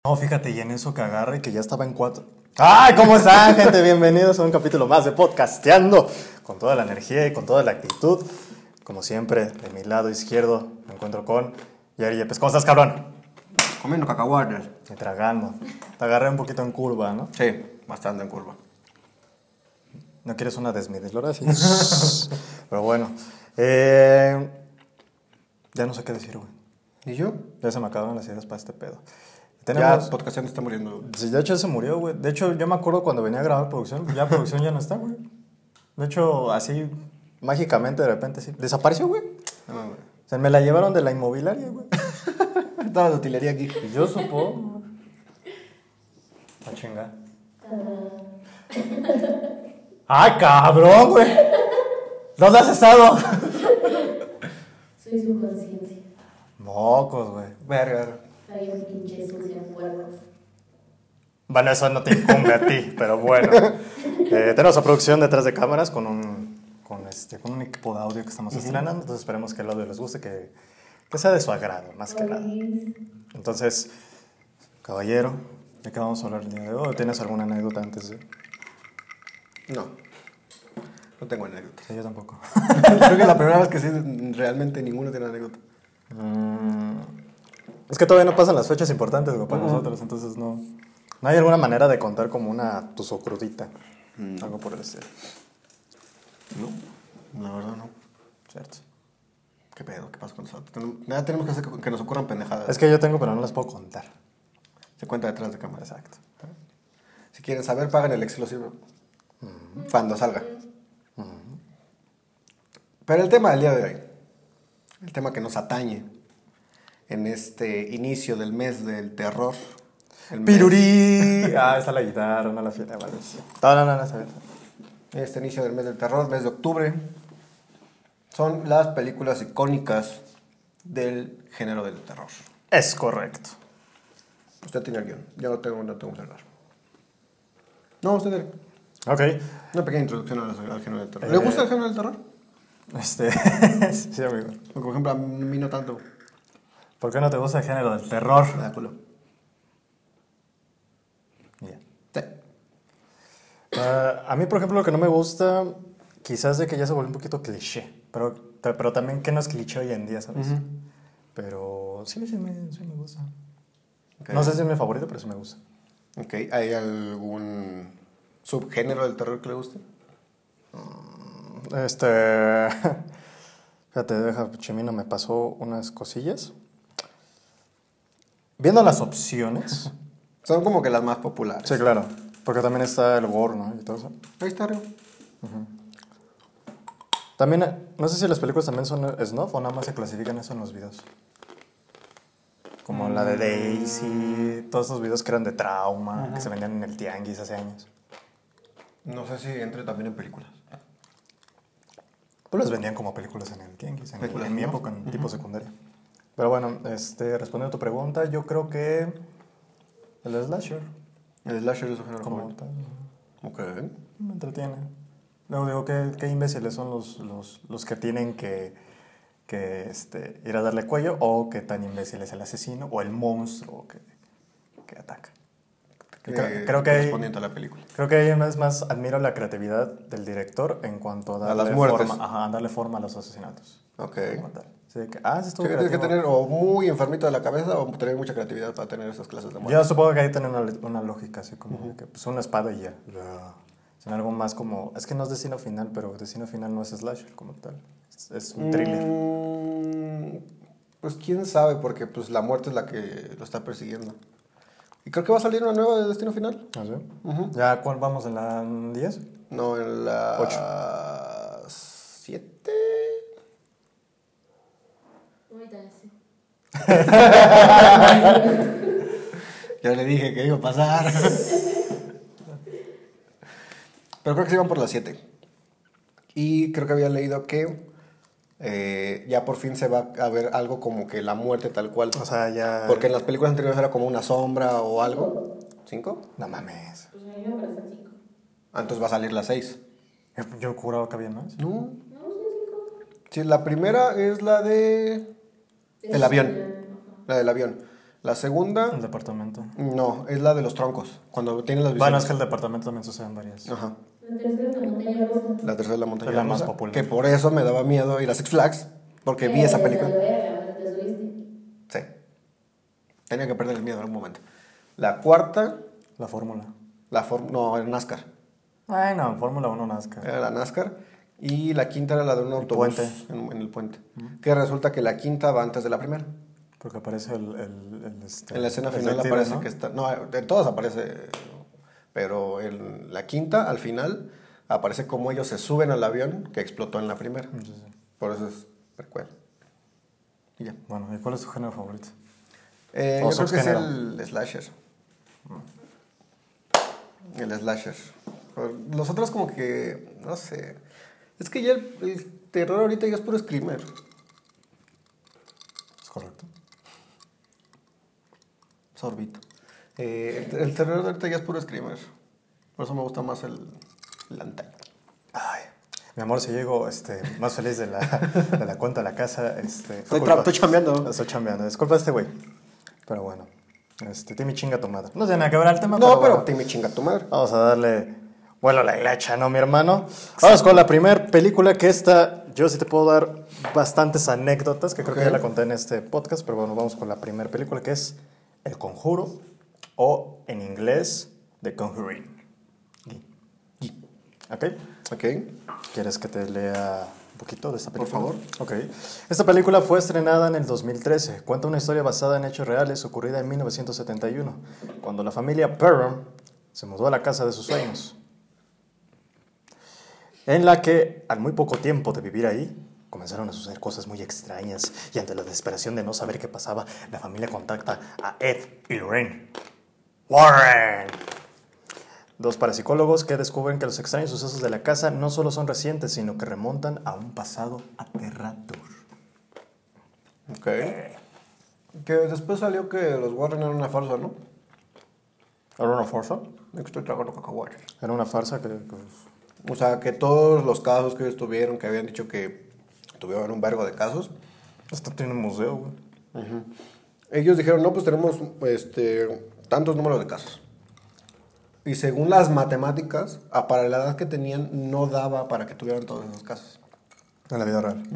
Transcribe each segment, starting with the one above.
No, fíjate, y en eso que agarra y que ya estaba en 4. ¡Ay! ¿Cómo están, gente? Bienvenidos a un capítulo más de Podcasteando. Con toda la energía y con toda la actitud. Como siempre, de mi lado izquierdo me encuentro con Yari Yepes. ¿Cómo estás, cabrón? Comiendo cacahuates. Y tragando. Te agarré un poquito en curva, ¿no? Sí, bastante en curva. ¿No quieres una desmedidora? Sí. Pero bueno. Ya no sé qué decir, güey. ¿Y yo? Ya se me acabaron las ideas para este pedo. Ya Podcasteando está muriendo. Sí, de hecho, se murió, güey. De hecho, yo me acuerdo cuando venía a grabar producción. Ya producción ya no está, güey. De hecho, así, mágicamente, de repente, sí. Desapareció, güey. No, güey. O sea, me la llevaron de la inmobiliaria, güey. Estaba de utilería aquí. Y yo supo. A chingar. ¡Ay, cabrón, güey! ¿Dónde has estado? Soy su conciencia. Mocos, güey. Verga. Hay un pinche sucio puercos. Bueno, eso no te incumbe a ti, pero bueno. Tenemos a producción detrás de cámaras con un equipo de audio que estamos estrenando. Entonces esperemos que el audio les guste, que sea de su agrado, más que nada. Entonces, caballero, ¿de qué vamos a hablar el día de hoy? ¿Tienes alguna anécdota antes de...? No. No tengo anécdotas. Sí, yo tampoco. Creo que la primera vez que sí, realmente ninguno tiene anécdota. Es que todavía no pasan las fechas importantes, güey, para nosotros. Entonces no hay alguna manera de contar como una tusocrudita. Algo por el estilo. No, la verdad no. Cierto. ¿Qué pedo? ¿Qué pasa con nosotros? Nada tenemos que hacer que nos ocurran pendejadas. Es que yo tengo, pero no las puedo contar. Se cuenta detrás de cámara. Exacto. Si quieren saber, paguen el exclusivo. Cuando salga. Pero el tema del día de hoy, el tema que nos atañe en este inicio del mes del terror. ¡Pirurí! Ah, está la guitarra, no la fiesta. Vale. No, está bien. Este inicio del mes del terror, mes de octubre, son las películas icónicas del género del terror. Es correcto. Usted tiene el guión, yo no tengo un celular. No, usted tiene Ok. una pequeña introducción al género del terror. ¿Le gusta el género del terror? Sí, amigo. Por ejemplo, a mí no tanto. ¿Por qué no te gusta el género del terror? Me da culo. Yeah. Sí. A mí, por ejemplo, lo que no me gusta, quizás de que ya se volvió un poquito cliché, pero también que no es cliché hoy en día, ¿sabes? Pero sí me gusta. Okay. No sé si es mi favorito, pero sí me gusta. Ok, ¿hay algún subgénero del terror que le guste? Fíjate, Chimino me pasó unas cosillas. Viendo las opciones. Son como que las más populares. Sí, claro. Porque también está el gore, ¿no? Y todo eso. Ahí está, arriba. También, no sé si las películas también son snuff o nada más se clasifican eso en los videos. Como la de Daisy, todos esos videos que eran de trauma, que se vendían en el tianguis hace años. No sé si entre también en películas. Pues los vendían como películas en el tianguis, en mi época, en tipo secundaria. Pero bueno, respondiendo a tu pregunta, yo creo que el slasher. El slasher es su género Como favorito. tal, Ok. me entretiene. Luego digo, qué imbéciles son los que tienen que ir a darle cuello, o qué tan imbécil es el asesino o el monstruo que ataca. Creo que correspondiente a la película. Creo que ahí una vez más admiro la creatividad del director en cuanto a darle las muertes. darle forma a los asesinatos. Ok. Como tal. Sí, sí, estuvo Tienes que creativo. tener o muy enfermito de la cabeza o tener mucha creatividad para tener esas clases de muerte. Yo supongo que ahí tiene una lógica, así como que pues una espada y ya. Sin algo más como... Es que no es Destino Final, pero Destino Final no es slasher como tal. Es un thriller. Pues quién sabe, porque pues la muerte es la que lo está persiguiendo. Y creo que va a salir una nueva de Destino Final. ¿Ah, sí? ¿Ya cuál vamos? ¿En la 10? No, en la 8. 7. Ahorita sí. Yo le dije que iba a pasar. Pero creo que se iban por las 7. Y creo que había leído que ya por fin se va a ver algo como que la muerte tal cual. O sea, ya... Porque en las películas anteriores era como una sombra o algo. ¿5? No mames. Pues a mí me parecen 5. Entonces va a salir la 6. Yo juraba que había más. No. No, son 5. Sí, la primera es la de... El avión. La del avión. La segunda, El departamento. no, es la de los troncos, cuando tienen las Bueno, visiones. es que el departamento también suceden varias. Ajá. La tercera es la montaña rusa. La tercera es la montaña Es la más rusa, popular. que por eso me daba miedo ir a Six Flags, porque vi esa película. ¿Te subiste? Sí. Tenía que perder el miedo en algún momento. La cuarta, La fórmula. no, era NASCAR. Ay, no, Fórmula 1 NASCAR. Era la NASCAR. Y la quinta era la de un autobús puente. en el puente. Que resulta que la quinta va antes de la primera. Porque aparece En la escena el final retiro, aparece ¿no? que está. No, en todas aparece. Pero en la quinta, al final, aparece como ellos se suben al avión que explotó en la primera. Sí, sí. Por eso es precuela. Y ya. Bueno, ¿y cuál es tu género favorito? Yo creo que es subgénero. el slasher. El slasher. Los otros como que, no sé. Es que ya el terror ahorita ya es puro screamer. ¿Es correcto? Sorbito. El terror ahorita ya es puro screamer. Por eso me gusta más el antaño. Ay, mi amor, si llego más feliz de la cuenta de la casa, Estoy chambeando. Estoy chambeando. Es culpa de este güey. Pero bueno, Timmy chinga tu madre. No tiene nada que ver el tema, No, pero bueno, te me chinga tu madre. vamos a darle vuelo a la hilacha, ¿no, mi hermano? Vamos con la primera película que yo sí te puedo dar bastantes anécdotas, que creo que Ok. ya la conté en este podcast, pero bueno, vamos con la primera película que es El Conjuro, o en inglés, The Conjuring. ¿Ok? Ok. ¿Quieres que te lea un poquito de esta película? Por favor. Ok. Esta película fue estrenada en el 2013. Cuenta una historia basada en hechos reales ocurrida en 1971, cuando la familia Perron se mudó a la casa de sus sueños, en la que, al muy poco tiempo de vivir ahí, comenzaron a suceder cosas muy extrañas, y ante la desesperación de no saber qué pasaba, la familia contacta a Ed y Lorraine Warren, dos parapsicólogos que descubren que los extraños sucesos de la casa no solo son recientes, sino que remontan a un pasado aterrador. Ok. Que después salió que los Warren eran una farsa, ¿no? ¿Era una farsa? Me estoy tragando cacahuates. Era una farsa que O sea, que todos los casos que ellos tuvieron, que habían dicho que tuvieron un vergo de casos, Esto tiene un museo, güey. ellos dijeron, no, pues tenemos tantos números de casos. Y según las matemáticas, para la edad que tenían, no daba para que tuvieran todos esos casos. En la vida real.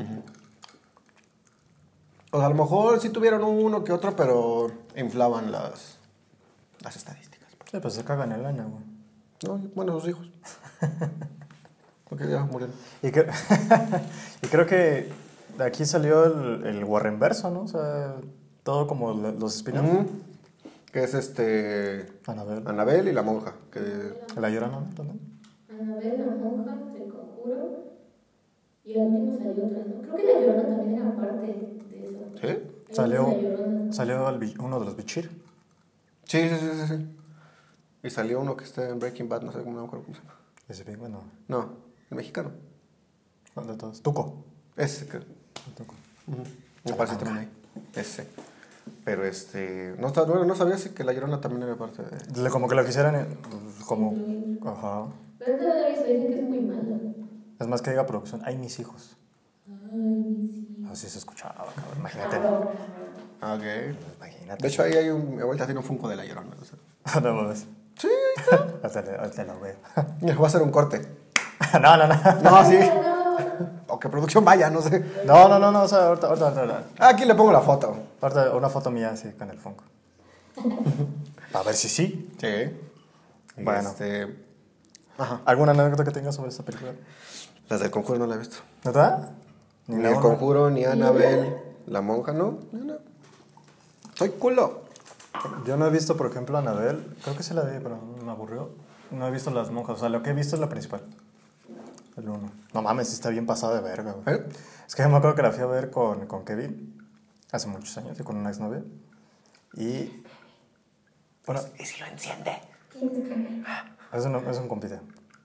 O sea, a lo mejor sí tuvieron uno que otro, pero inflaban las estadísticas. Sí, pues se cagan el año, güey. No, bueno, sus hijos. Porque ya murieron. Y creo que de aquí salió el Warrenverso, ¿no? O sea, todo como los spin-offs. Ujú. Que es Annabelle. Annabelle y la monja. Que La Llorona, ¿no? También. Annabelle, la monja, el conjuro. Y al último salió otra, ¿no? Creo que la Llorona también era parte de eso. ¿Sí? Salió Uno de los Bichir. Sí. Y salió uno que está en Breaking Bad, no sé cómo, no me acuerdo cómo se llama. Ese bien, bueno. No, el mexicano. ¿Cuál de todos? Tuco. Ese que Tuco. me parece también ahí. Ese. Pero no sabía si que la Llorona también era parte de. Como que lo quisieran, como. Ajá. Pero esta no la he visto, dicen que es muy mala. Es más que diga producción. Ay, mis hijos. Ay, mis hijos. Así se escuchaba, cabrón. Imagínate. Ah, ok. Imagínate. De hecho, ahí hay mi abuelita tiene un Funko de la Llorona. O sea. No mames. Sí, ahí está. Ahorita lo veo. Voy a hacer un corte. No. No, sí. O que producción vaya, no sé. No. O sea, ahorita. Aquí le pongo la foto. Ahorita una foto mía así con el Funko. A ver si sí. Sí. Bueno. Ajá. ¿Alguna anécdota que tengas sobre esta película? Las del conjuro no la he visto. ¿Verdad? Ni la el una. conjuro, ni Annabelle, la monja, no. Soy culo. Yo no he visto, por ejemplo, Annabelle. Creo que se la vi, pero me aburrió. No he visto Las Monjas. O sea, lo que he visto es la principal. El 1. No mames, sí está bien pasado de verga, güey. ¿Eh? Es que yo me acuerdo que la fui a ver con Kevin hace muchos años y con una exnovia. Y. Bueno, ¿Y si lo enciende? es un compite.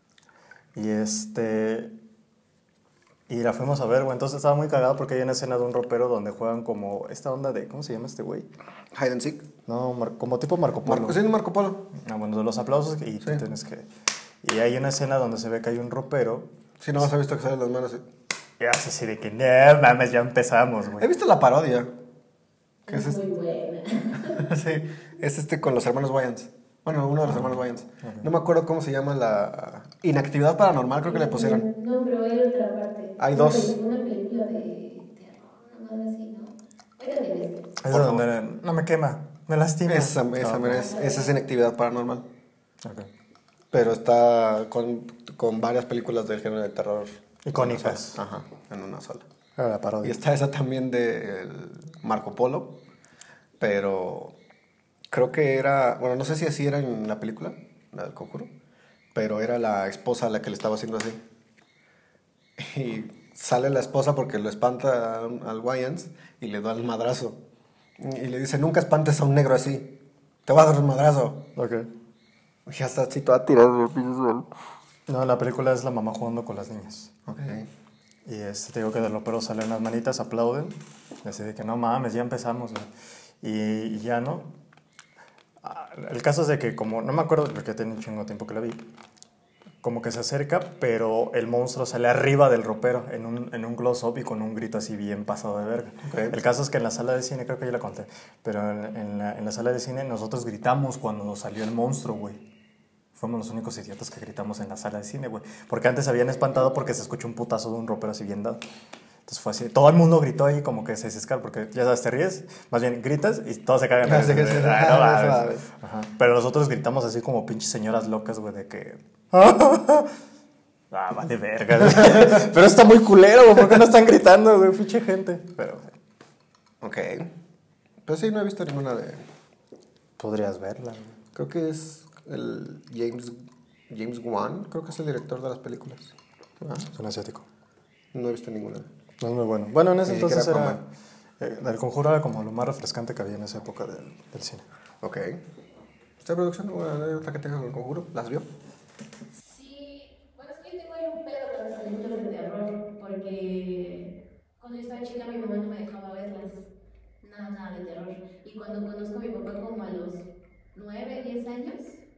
Y la fuimos a ver, güey. Entonces estaba muy cagado porque hay una escena de un ropero donde juegan como esta onda de. ¿Cómo se llama este güey? Hide and seek. No, como tipo Marco Polo. Sí, Marco Polo. Ah, bueno, de los aplausos y tú tienes que. Y hay una escena donde se ve que hay un ropero. Sí, no has visto que salen las manos. Y hace así de que, no mames, ya empezamos, He güey. visto la parodia. Que es Es muy buena. Sí, es con los hermanos Wayans. Bueno, uno de los hermanos Wayans. Ok. No me acuerdo cómo se llama la inactividad paranormal, creo que le pusieron. No, pero hay otra parte. Hay dos. Una película de terror, una madre así, ¿no? Ahorita te ves. Es donde no me quema, me lastima. Esa es inactividad paranormal. Ok. Pero está con varias películas del género de terror. Icónicas. Ajá, en una sola. Era la Y parodia. está esa también de Marco Polo, pero creo que era, bueno, no sé si así era en la película, la del Conjuro, pero era la esposa la que le estaba haciendo así. Y sale la esposa porque lo espanta al Wayans y le da el madrazo. Y le dice, nunca espantes a un negro así, te va a dar un madrazo. Ok. Y ya está así toda tirada en el piso. No, la película es la mamá jugando con las niñas. Ok. Y te digo que de lo pero salen las manitas, aplauden. Y así de que no mames, ya empezamos. Güey. Y ya no. El caso es de que, como no me acuerdo porque tenía un chingo de tiempo que la vi, como que se acerca, pero el monstruo sale arriba del ropero en un close-up y con un grito así bien pasado de verga. Okay. El caso es que en la sala de cine, creo que ya la conté, pero en la sala de cine nosotros gritamos cuando salió el monstruo, güey. Fuimos los únicos idiotas que gritamos en la sala de cine, güey. Porque antes habían espantado porque se escuchó un putazo de un ropero así bien dado. Entonces fue así. Todo el mundo gritó ahí como que se desescara porque ya sabes, te ríes, más bien gritas y todos se cagan. Ajá. Pero nosotros gritamos así como pinches señoras locas, güey, de que... vale verga, güey. Pero está muy culero, güey. ¿Por qué no están gritando, güey? Pinche gente. Pero... Ok. Pues sí, no he visto ninguna de... Podrías verla, güey. Creo que es el James Wan, creo que es el director de las películas. Es un asiático. No he visto ninguna. No es muy bueno. Bueno, en ese Ni entonces siquiera era... El Conjuro era como lo más refrescante que había en esa época del cine. Ok. ¿Esta producción una anécdota que tenga con el Conjuro? ¿Las vio? Sí, bueno, es que yo tengo ahí un pedo con las películas de terror, porque cuando yo estaba chica mi mamá no me dejaba verlas, nada de terror. Y cuando conozco a mi papá como a los 9, 10 años,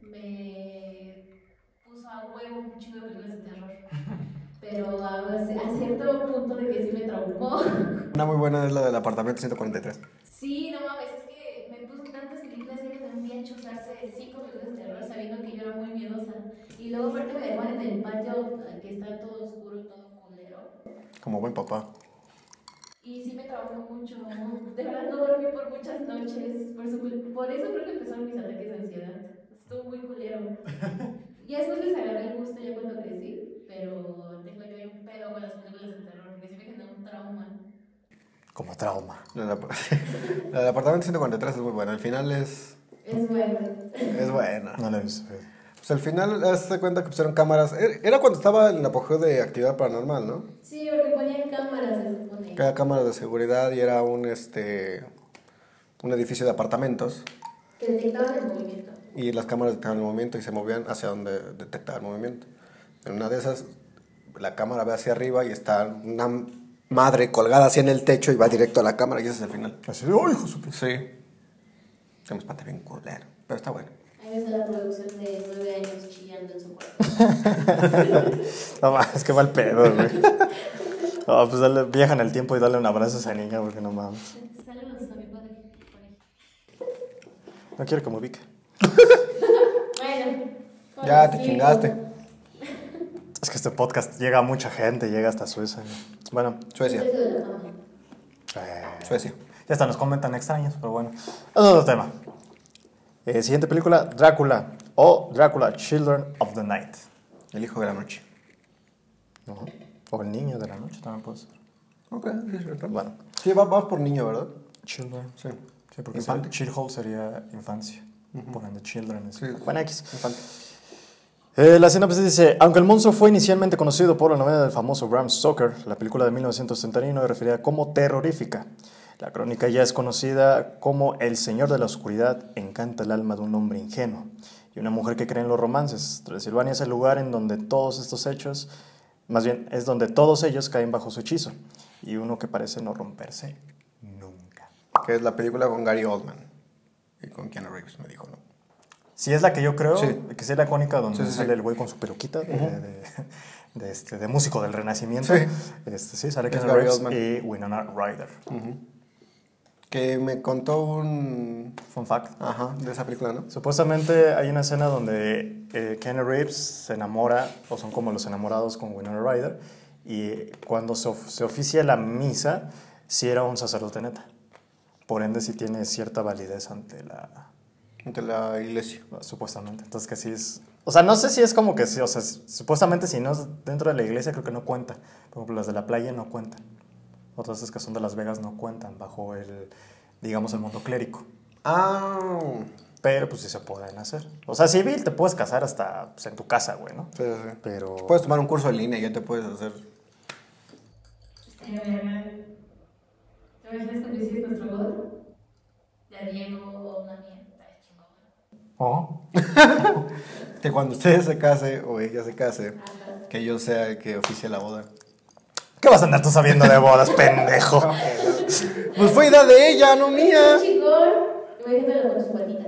me puso a huevo un chingo de películas de terror. Pero a cierto punto de que sí me traumó. Una muy buena es la del apartamento 143. Sí, no mames, es que me puso tantas películas que me hacían chuzarse 5 películas de terror sabiendo que yo era muy miedosa. Y luego aparte me dejaban en el patio que está todo oscuro, todo culero. Como buen papá. Y sí me traumó mucho. De verdad no dormí por muchas noches. Por eso creo que empezaron mis ataques de ansiedad. Estuvo muy culero. Y después les agarré el gusto ya cuando crecí. Pero tengo yo un pedo con las películas de terror porque sí me generó un trauma. Como trauma. La del apartamento 143 es muy buena. El final es bueno. Es buena. No la he visto. Pues al final, hazte cuenta que pusieron cámaras. Era cuando estaba en el apogeo de actividad paranormal, ¿no? Sí, porque ponían cámaras, se supone. Cada cámara de seguridad y era un edificio de apartamentos. Que detectaban el movimiento. Y las cámaras detectaban el movimiento y se movían hacia donde detectaba el movimiento. En una de esas, la cámara ve hacia arriba y está una madre colgada así en el techo y va directo a la cámara y ese es el final. Así de, ¡ay, hijo de su puta! Sí. Se me espanta bien culero, pero está bueno. Ahí ves a la producción de 9 años chillando en su cuarto. No mames, es que va el pedo, güey. No, pues viaja en el tiempo y dale un abrazo a esa niña, porque no mames. Saludos a mi padre por ahí. No quiero que me ubique. Bueno. Ya te chingaste. Es que este podcast llega a mucha gente, llega hasta Suiza. Bueno, Suecia. Suecia. Ya hasta nos comentan extraños, pero bueno. Es otro tema. Siguiente película, Drácula o Drácula, Children of the Night. El hijo de la noche. Uh-huh. O el niño de la noche también puede ser. Ok, sí, es verdad. Bueno, Sí, vas por niño, ¿verdad? Children. Sí. Sí, porque Infante. Childhood sería infancia. Ponen de Children. Sí. Bueno, X. Infante. La sinopsis dice: aunque el monstruo fue inicialmente conocido por la novela del famoso Bram Stoker, la película de 1969 refería como terrorífica. La crónica ya es conocida como El Señor de la Oscuridad encanta el alma de un hombre ingenuo y una mujer que cree en los romances. Transilvania es el lugar en donde todos estos hechos, más bien es donde todos ellos caen bajo su hechizo y uno que parece no romperse nunca. Que es la película con Gary Oldman y con Keanu Reeves, me dijo, ¿no? Si es la que yo creo, Sí. que es la icónica donde Sí. sale el güey con su peluquita de músico del Renacimiento. Sí. Sí, sale Es Keanu Gary Reeves Oldman. y Winona Ryder. Que me contó un... Fun fact. Ajá, de esa película, ¿no? Supuestamente hay una escena donde Keanu Reeves se enamora, o son como los enamorados con Winona Ryder, y cuando se oficia la misa, sí era un sacerdote neta. Por ende, sí tiene cierta validez ante la iglesia. Supuestamente. Entonces, que sí es... O sea, no sé si es como que sí, o sea, supuestamente si no es dentro de la iglesia, creo que no cuenta. Por ejemplo, las de la playa no cuentan. Otras que son de Las Vegas no cuentan bajo digamos, el mundo clérigo. Ah. Pero pues sí se pueden hacer. O sea, civil te puedes casar hasta pues, en tu casa, güey, ¿no? Sí, sí. Pero... Puedes tomar un curso en línea y ya te puedes hacer... ¿Te imaginas cuando hiciste nuestra boda? Ya Diego o una mía, está chingón. ¿Oh? Que cuando usted se case o ella se case, que yo sea el que oficie la boda. ¿Qué vas a andar tú sabiendo de bodas, pendejo? Pues fue idea de ella, no mía. Chicón, imagínatelo con su patita.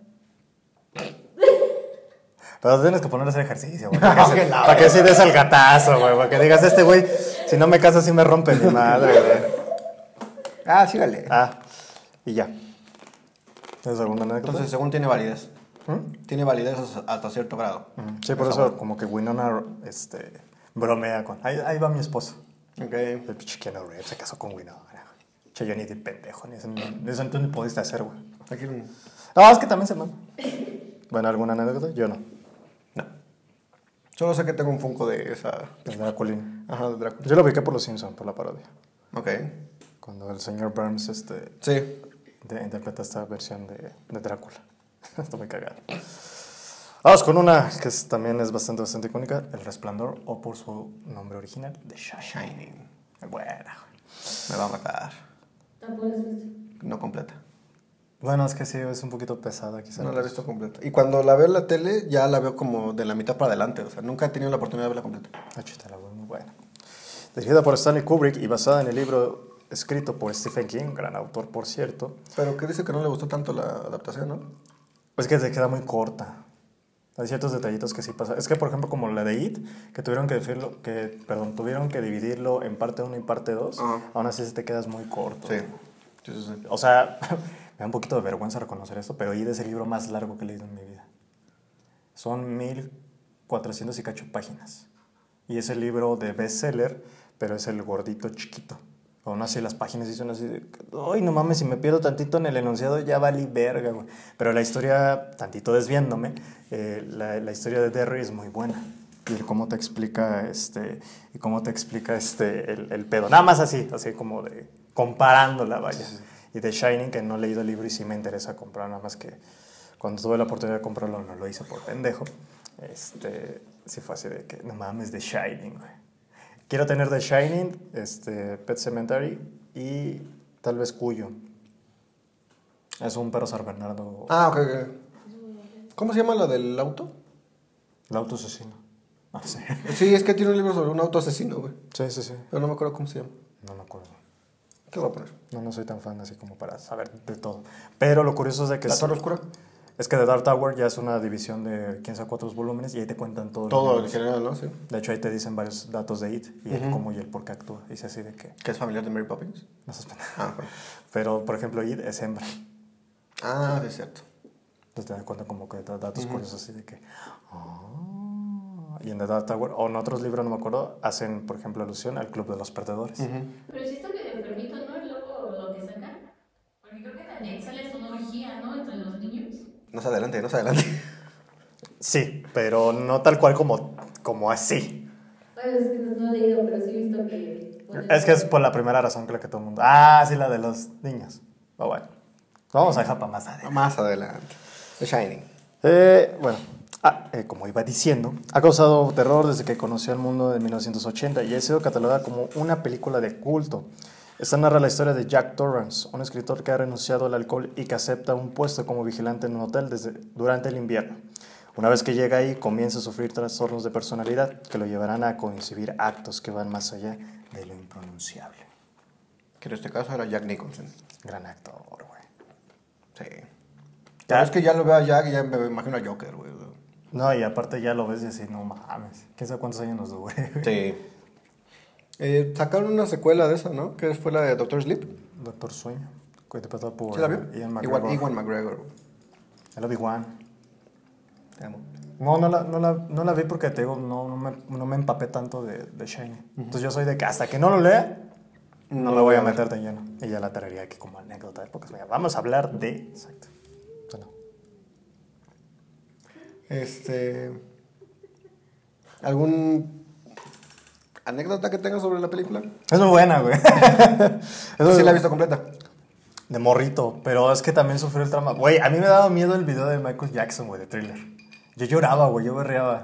Pero tienes que poner a hacer ejercicio, güey. Para que sí des el gatazo, güey. Para que digas, este güey, si no me caso, sí me rompe mi madre, güey. Ah, sí, dale. Y ya. ¿Tienes alguna anécdota? Entonces, según tiene validez. Tiene validez hasta cierto grado. Sí, por eso como que Winona bromea con... Ahí va mi esposo. Ok. El pinche Keanu Reeves se casó con Winona. Che, yo ni de pendejo. Ni eso tú ni pudiste hacer, güey. Aquí no. No, es que también se mama. Bueno, ¿alguna anécdota? Yo no. No. Solo sé que tengo un Funko de esa... El Draculín. Ajá, de Drácula. Yo lo ubiqué por Los Simpsons, por la parodia. Ok. Cuando el señor Burns Sí. interpreta esta versión de Drácula. Está muy cagado. Vamos con una que también es bastante icónica, El Resplandor, o por su nombre original, The Shining. Buena. Me va a matar. Tampoco lo has visto. No completa. Bueno, es que sí, es un poquito pesada quizás. No la he visto completa. Y cuando la veo en la tele, ya la veo como de la mitad para adelante. O sea, nunca he tenido la oportunidad de verla completa. Chutala, muy buena. Dirigida por Stanley Kubrick y basada en el libro escrito por Stephen King, gran autor, por cierto. Pero que dice que no le gustó tanto la adaptación, ¿no? Pues que se queda muy corta. Hay ciertos detallitos que sí pasan. Es que, por ejemplo, como la de It, que tuvieron que dividirlo en parte 1 y parte 2, aún así te quedas muy corto. Sí. Sí. O sea, me da un poquito de vergüenza reconocer esto, pero It es el libro más largo que he leído en mi vida. Son 1400 y cacho páginas. Y es el libro de bestseller, pero es el gordito chiquito. Aún así las páginas dicen así de... ¡Ay, no mames! Si me pierdo tantito en el enunciado ya valí verga, güey. Pero la historia, tantito desviándome, la historia de Derry es muy buena. Y cómo te explica el pedo. Nada más así como de... comparándola, vaya. Sí. Y The Shining, que no he leído el libro y sí me interesa comprar, nada más que cuando tuve la oportunidad de comprarlo no lo hice por pendejo. Sí fue así de que, no mames, The Shining, güey. Quiero tener The Shining, Pet Sematary y tal vez Cuyo. Es un perro San Bernardo. Ah, ok. ¿Cómo se llama la del auto? El auto asesino. Ah, sí. Sí, es que tiene un libro sobre un auto asesino, güey. Sí. Pero no me acuerdo cómo se llama. No me acuerdo. ¿Qué voy a poner? No soy tan fan así como para saber de todo. Pero lo curioso es de que... ¿La Torre Oscura? Es que The Dark Tower ya es una división de quién sabe cuántos volúmenes y ahí te cuentan todo. Todo en general, ¿no? Sí. De hecho, ahí te dicen varios datos de It y el cómo y el por qué actúa. Dice así de que... ¿Que es familiar de Mary Poppins? No seas pendejo. Bueno. Pero, por ejemplo, It es hembra. Ah, es cierto. Entonces te das cuenta como que datos curiosos así de que... Y en The Dark Tower, o en otros libros, no me acuerdo, hacen, por ejemplo, alusión al Club de los Perdedores. Pero sí está medio enfermito, ¿no? Luego lo que sacan. Porque creo que también sale una orgía, ¿no? Entre los niños. No se adelante. Sí, pero no tal cual como así. Bueno, es que no he leído, pero sí he visto que... Es que es por la primera razón que la que todo el mundo... Ah, sí, la de los niños. Pero bueno, vamos a dejar para más adelante. Más adelante. The Shining. Como iba diciendo, ha causado terror desde que conoció el mundo en 1980 y ha sido catalogada como una película de culto. Esta narra la historia de Jack Torrance, un escritor que ha renunciado al alcohol y que acepta un puesto como vigilante en un hotel durante el invierno. Una vez que llega ahí, comienza a sufrir trastornos de personalidad que lo llevarán a concebir actos que van más allá de lo impronunciable. Que en este caso era Jack Nicholson. Gran actor, güey. Sí. Pero es que ya lo veo a Jack y ya me imagino a Joker, güey. No, y aparte ya lo ves y así, no mames. ¿Quién sabe cuántos años nos dure? Sí. Sacaron una secuela de esa, ¿no? Que fue la de Doctor Sleep. Doctor Sueño. interpretado por ¿Sí la vio? Ian McGregor. Iwan McGregor. El Obi-Wan. Te amo. No la vi porque te digo, no me empapé tanto de Shiny. Entonces yo soy de que hasta que no lo lea, no me voy a meter de lleno. Y ya la traería aquí como anécdota de pocas. Vamos a hablar de... Exacto. Bueno. ¿Algún anécdota que tengas sobre la película? Es muy buena, güey. ¿Sí la he visto completa? De morrito, pero es que también sufrió el trauma. Güey, a mí me daba miedo el video de Michael Jackson, güey, de Thriller. Yo lloraba, güey, yo berreaba.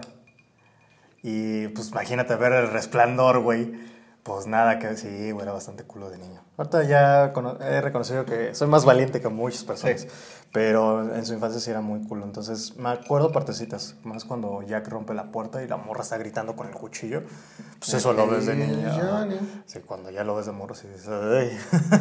Y pues imagínate ver El Resplandor, güey. Pues nada, que sí, güey, era bastante culo de niño. Ahorita ya he reconocido que soy más valiente que muchas personas. Sí. Pero en su infancia sí era muy culo. Entonces me acuerdo partecitas. Más cuando Jack rompe la puerta y la morra está gritando con el cuchillo. Pues eso lo ves de niño. Sí, cuando ya lo ves de morro, sí dices, ¡ay!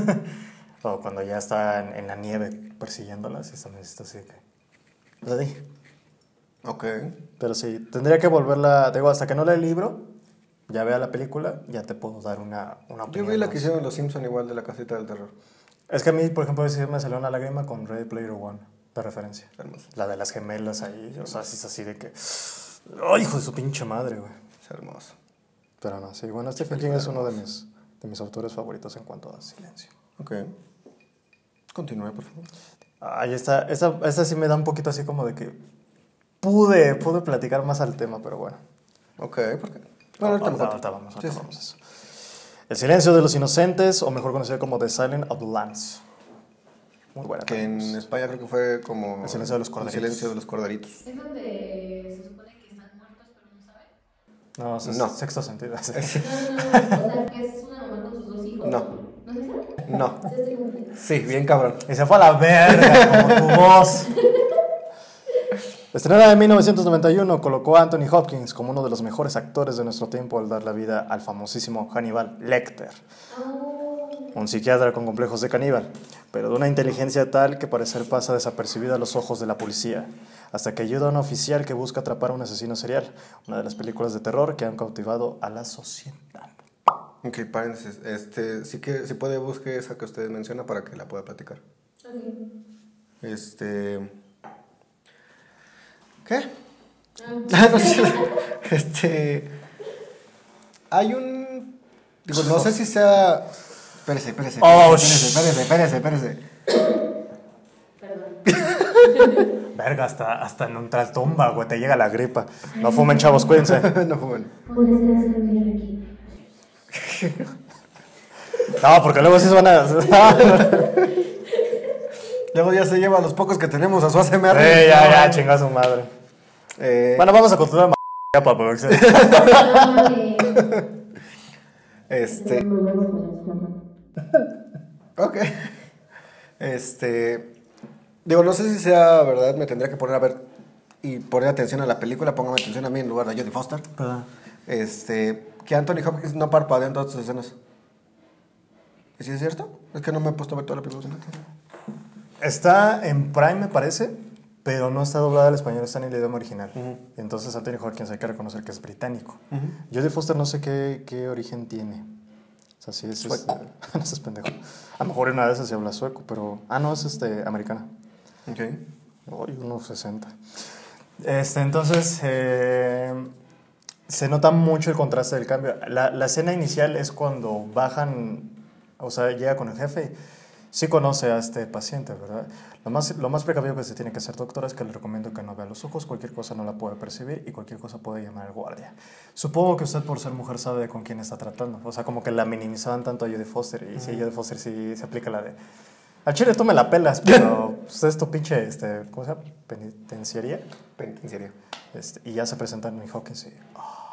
O cuando ya está en la nieve persiguiéndolas, y también está así que... ¿Sí? Ok. Pero sí, tendría que volverla... Digo, hasta que no lea el libro, ya vea la película, ya te puedo dar una opinión. Yo vi la que hicieron Los Simpson igual de la casita del terror. Es que a mí, por ejemplo, sí me salió una lágrima con Ready Player One, de referencia. Hermoso. La de las gemelas ahí, o sea, sí es así de que... ¡Ay, hijo de su pinche madre, güey! Es hermoso. Pero no, sí, bueno, Stephen King es uno de mis autores favoritos en cuanto a silencio. Ok. Continúe, por favor. Ahí está, esa sí me da un poquito así como de que pude platicar más al tema, pero bueno. Ok, ¿por qué? Bueno, ahorita vamos a eso. El silencio de los inocentes, o mejor conocido como The Silence of the Lambs. Muy buena. Que en España creo que fue como... El silencio de los corderitos. El silencio de los corderitos. ¿Es donde se supone que están muertos pero no saben? No, es Sexto Sentido. No, o sea, que es una mamá con sus dos hijos. No. ¿No es esa? No. Sí, bien cabrón. Y se fue a la verga, como tu voz. Estrenada en 1991, colocó a Anthony Hopkins como uno de los mejores actores de nuestro tiempo al dar la vida al famosísimo Hannibal Lecter. Un psiquiatra con complejos de caníbal, pero de una inteligencia tal que parecer pasa desapercibida a los ojos de la policía, hasta que ayuda a un oficial que busca atrapar a un asesino serial, una de las películas de terror que han cautivado a la sociedad. Ok, paréntesis. Si puede, busque esa que usted menciona para que la pueda platicar. ¿Qué? Hay un... Digo, no sé si sea... Espérese. Espérese. Perdón. Verga, hasta en un tratumba, güey, te llega la gripa. No fumen, chavos, cuídense. No fumen. No, porque luego sí se van a... Luego ya se lleva a los pocos que tenemos a su ASMR. Ya, chinga su madre. Bueno, vamos a continuar para producción. Ok. Digo, no sé si sea verdad, me tendría que poner a ver y poner atención a la película. Póngame atención a mí en lugar de Jodie Foster. Perdón. Que Anthony Hopkins no parpadea en todas sus escenas. ¿Y si es cierto? Es que no me he puesto a ver toda la película. Está en Prime, me parece, pero no está doblada al español, está en el idioma original. Entonces Anthony Hopkins hay que reconocer que es británico. Jodie Foster no sé qué origen tiene. O sea, sí es... Sueco. No seas pendejo. A lo mejor en una de esas se habla sueco, pero... Ah, no, es americana. Ok. Uy, unos 60. Entonces, se nota mucho el contraste del cambio. La escena inicial es cuando bajan, o sea, llega con el jefe. Sí conoce a este paciente, ¿verdad? Lo más precavido que se tiene que hacer, doctora, es que le recomiendo que no vea los ojos. Cualquier cosa no la puede percibir y cualquier cosa puede llamar al guardia. Supongo que usted, por ser mujer, sabe con quién está tratando. O sea, como que la minimizaban tanto a Jodie Foster. Y sí, Jodie Foster sí se aplica la de... Al chile tú me la pelas, pero usted es tu pinche, ¿cómo se llama? Penitenciaría. Y ya se presentan en Hawkins y...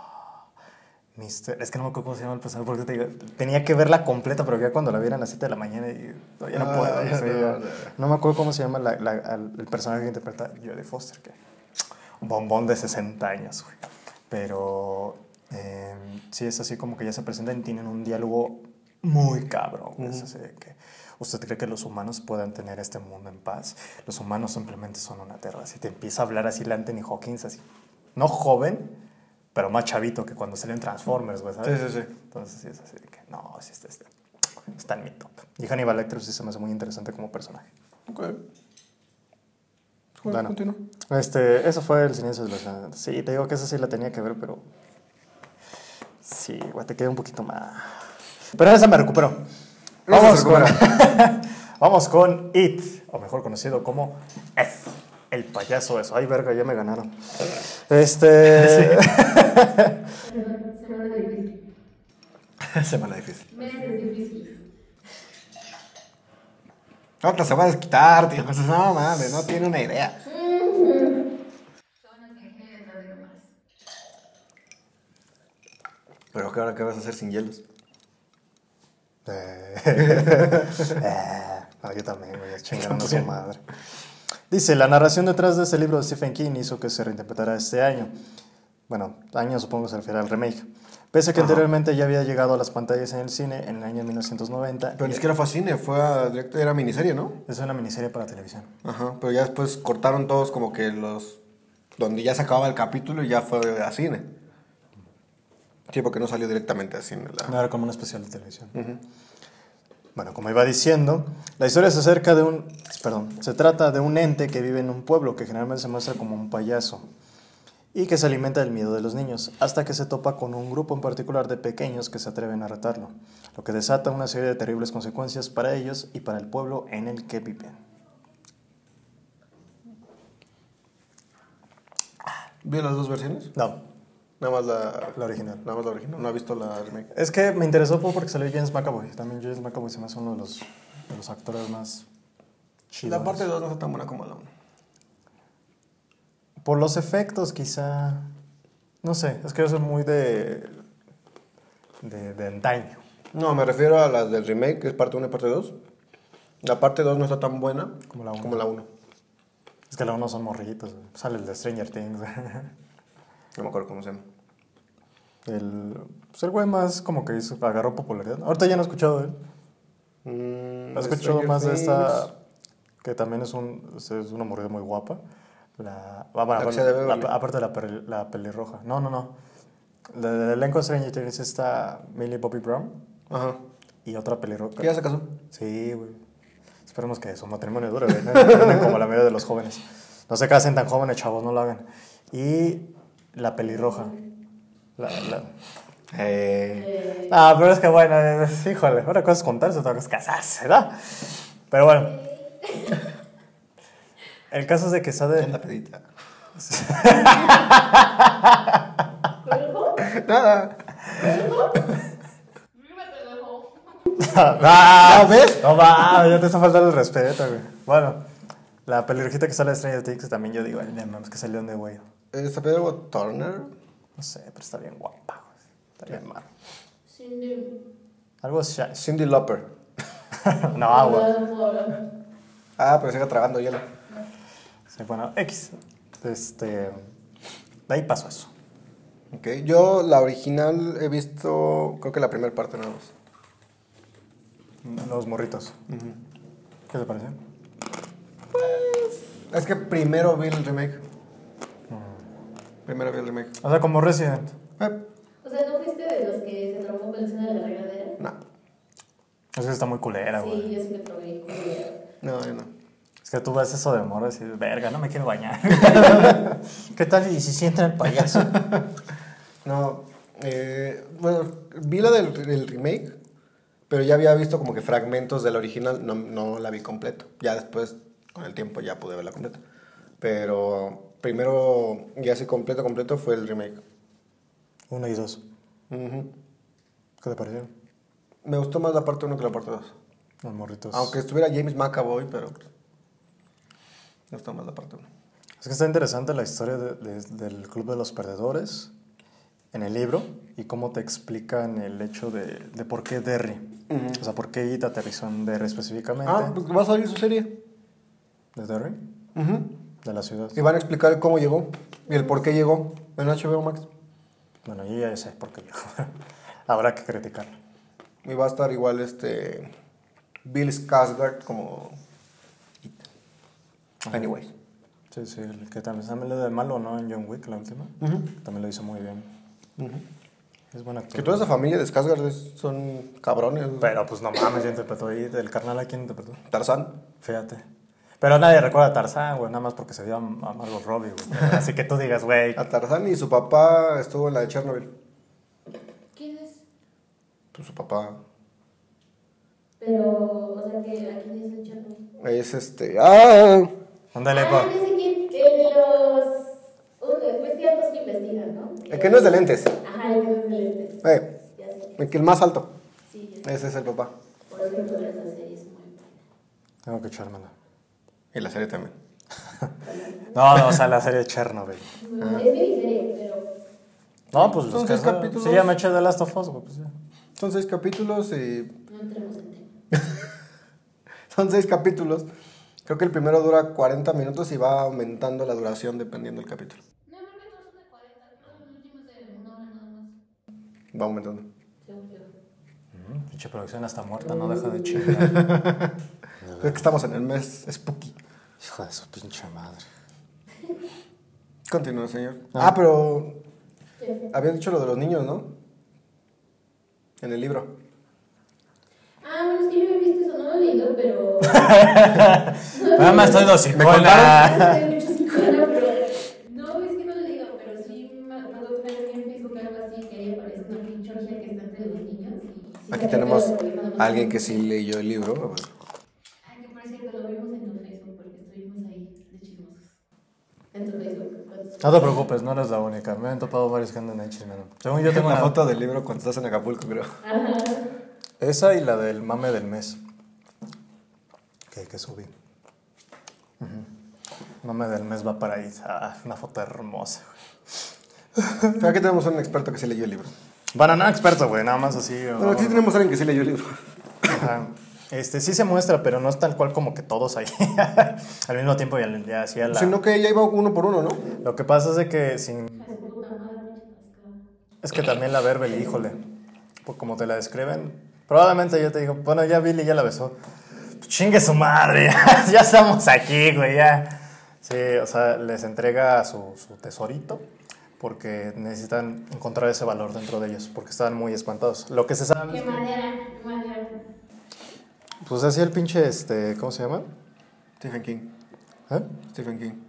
Es que no me acuerdo cómo se llama el personaje, porque te digo, tenía que verla completa, pero ya cuando la vieran a las 7 de la mañana y ya no puedo. No me acuerdo cómo se llama el personaje que interpreta Jodie Foster, que un bombón de 60 años, güey. Pero sí es así como que ya se presentan y tienen un diálogo muy cabrón. Es así de que, ¿usted cree que los humanos puedan tener este mundo en paz? Los humanos simplemente son una tierra. Si te empieza a hablar así la Anthony Hopkins, así, no joven, pero más chavito que cuando salen Transformers, güey, ¿sabes? Sí. Entonces sí es así de que, no, sí está. está en mi top. Y Hannibal Lecter sí se me hace muy interesante como personaje. Ok. Bueno, Continúa. eso fue El Silencio de los Inocentes. Sí, te digo que esa sí la tenía que ver, pero sí, güey, te quedé un poquito más. Pero esa me recuperó. Vamos con It, o mejor conocido como F, el payaso eso. Ay, verga, ya me ganaron. Semana difícil. Semana difícil. Meses difíciles. Otra se va a desquitar, tío. No mames, no tiene una idea. Semanas que generen detrás de cámaras. Pero ahora, ¿qué vas a hacer sin hielos? No, yo también, güey, chingaron a su madre. Dice, la narración detrás de este libro de Stephen King hizo que se reinterpretara este año. Bueno, año supongo se refiere al remake. Pese a que anteriormente ya había llegado a las pantallas en el cine en el año 1990. Pero ni siquiera fue a cine, fue a directo, era miniserie, ¿no? Es una miniserie para televisión. Ajá, pero ya después cortaron todos como que donde ya se acababa el capítulo y ya fue a cine. Sí, porque no salió directamente a cine. No era como un especial de televisión. Bueno, como iba diciendo, la historia se trata de un ente que vive en un pueblo que generalmente se muestra como un payaso y que se alimenta del miedo de los niños, hasta que se topa con un grupo en particular de pequeños que se atreven a retarlo, lo que desata una serie de terribles consecuencias para ellos y para el pueblo en el que viven. ¿Vio las dos versiones? No, Nada más la original. Nada más la original. No ha visto la remake. Es que me interesó porque salió James McAvoy. También James McAvoy se me hace uno de los actores más chidos. La parte 2 no está tan buena como la 1. Por los efectos, quizá. No sé, es que yo soy muy de antaño. No, me refiero a las del remake, que es parte 1 y parte 2. La parte 2 no está tan buena Como la 1. como la 1. Es que la 1 son morrillitos. Sale el de Stranger Things. No me acuerdo cómo se llama. El güey más como que agarró popularidad. Ahorita ya no he escuchado de él. He escuchado más de esta, que también es una morrida muy guapa. Aparte de la pelirroja. No. El elenco de Stranger Things está Millie Bobby Brown. Ajá. Y otra pelirroja. ¿Qué ya se casó? Sí, güey. Esperemos que su matrimonio dure, güey. No como la mayoría de los jóvenes. No se casen tan jóvenes, chavos, no lo hagan. Y la pelirroja. Pero es que bueno, híjole, una cosa es contarse, otra cosa es casarse, ¿verdad? Pero bueno. El caso es de que está de... En la pedita. ¿Cuerpo? Nada. ¿Ves? No va, ya te está faltando el respeto, güey. Bueno, la pelirrojita que sale de Stranger Things también yo digo, no mames, que salió de güey. ¿Está Pedro Turner? No sé, pero está bien guapa, güey. Está bien mal. Cindy. Algo shy. Cindy Lauper. No, güey. No puedo hablar. Pero sigue tragando hielo. Sí, bueno, X. De ahí pasó eso. Ok, yo la original he visto, creo que la primera parte nada más. Los morritos. ¿Qué te pareció? Es que primero vi el remake. Primero vi el remake. O sea, como Resident. O sea, ¿no fuiste de los que se traumó con la escena de la regadera? No. Es que está muy culera, güey. Sí, yo sí me traumé con ella. No, yo no. Es que tú ves eso de morro y dices, verga, no me quiero bañar. ¿Qué tal y si sienten el payaso? No, bueno, vi la del remake, pero ya había visto como que fragmentos del original, no la vi completo. Ya después, con el tiempo, ya pude verla completa. Pero primero, ya así completo, fue el remake. 1 y 2. ¿Qué te pareció? Me gustó más la parte 1 que la parte 2. Los morritos. Aunque estuviera James McAvoy, pero pues, me gustó más la parte 1. Es que está interesante la historia del Club de los Perdedores en el libro y cómo te explican el hecho de por qué Derry. O sea, por qué It aterrizó en Derry específicamente. Pues va a salir su serie. ¿De Derry? De la ciudad. Y van a explicar cómo llegó y el por qué llegó en HBO Max. Bueno, yo ya sé por qué llegó. Habrá que criticarlo. Y va a estar igual Bill Skarsgård como It. Anyways. Sí, el que también lo de malo, ¿no? En John Wick, la última. También lo hizo muy bien. Es buen actor. Que toda esa familia de Skarsgård son cabrones. Pero pues no mames, ya interpretó ahí del carnal, ¿a quién interpretó? Tarzán. Fíjate. Pero nadie recuerda a Tarzán, güey, nada más porque se dio a Margot Robbie, güey. Así que tú digas, güey. A Tarzán y su papá estuvo en la de Chernobyl. ¿Quién es? Pues su papá Pero, o sea, que ¿a quién es el chapo? es ¡Ah! Ándale, Ah, pa. ya sé quién. El de los... Pues que ambos que investigan, ¿no? El que no es de lentes. Ajá, el que no es de lentes. Ya sé. El más alto. Sí, ya sé. Ese es el papá. Por ejemplo, esa serie es muy buena. Tengo que echármela. Y la serie también. No, o sea, la serie de Chernobyl. No, es miniserie, pero... No, pues Son los 6 que capítulos. sí, ya me eché The Last of Us, güey, pues ya. Son 6 capítulos y... No entremos en tema. Son 6 capítulos. Creo que el primero dura 40 minutos y va aumentando la duración dependiendo del capítulo. No, creo que todos son de 40. No, el último es de 1 hora nada más. Va aumentando. Según yo. Pinche producción hasta muerta, no deja de chingar. Creo que estamos en el mes Spooky. Hijo de su pinche madre. Continúa, señor. Pero ¿Qué? había dicho lo de los niños, ¿no? En el libro. Ah, bueno, es que yo he visto eso, no lo he leído, pero... Nada más estoy No dosicola. sé mucho psicóloga, pero... No, es que no lo he leído, pero sí me acuerdo que vi en Facebook algo así, que ahí aparece una pinche orgía que está entre los niños. Y sí Aquí se tenemos ve, pero nada más a alguien que sí leyó el libro. A ver. Ay, que por cierto, lo vimos en tu Facebook porque estuvimos ahí de chismosos. En tu Facebook. No te preocupes, no eres la única. Me han topado varios que andan ahí chismeando. Según yo tengo la una foto del libro cuando estás en Acapulco, creo. Esa y la del mame del mes. Que subí. Mame del mes va para ahí. Ah, una foto hermosa, güey. Pero aquí tenemos a un experto que sí leyó el libro. Bueno, no experto, güey, nada más así. Bueno, aquí tenemos a alguien que sí leyó el libro. Ajá. Sí se muestra, pero no es tal cual como que todos ahí. Al mismo tiempo ya hacía la... Sino que ella iba uno por uno, ¿no? Lo que pasa es de que sin... Es que también la Berbel, híjole, pues como te la describen, probablemente yo te digo, bueno, ya Billy ya la besó. Pues chingue su madre, ya estamos aquí, güey, ya. Sí, o sea, les entrega su tesorito porque necesitan encontrar ese valor dentro de ellos, porque estaban muy espantados. Lo que se sabe ¿Qué es que, manera? pues así el pinche, ¿cómo se llama? Stephen King. ¿Eh? Stephen King.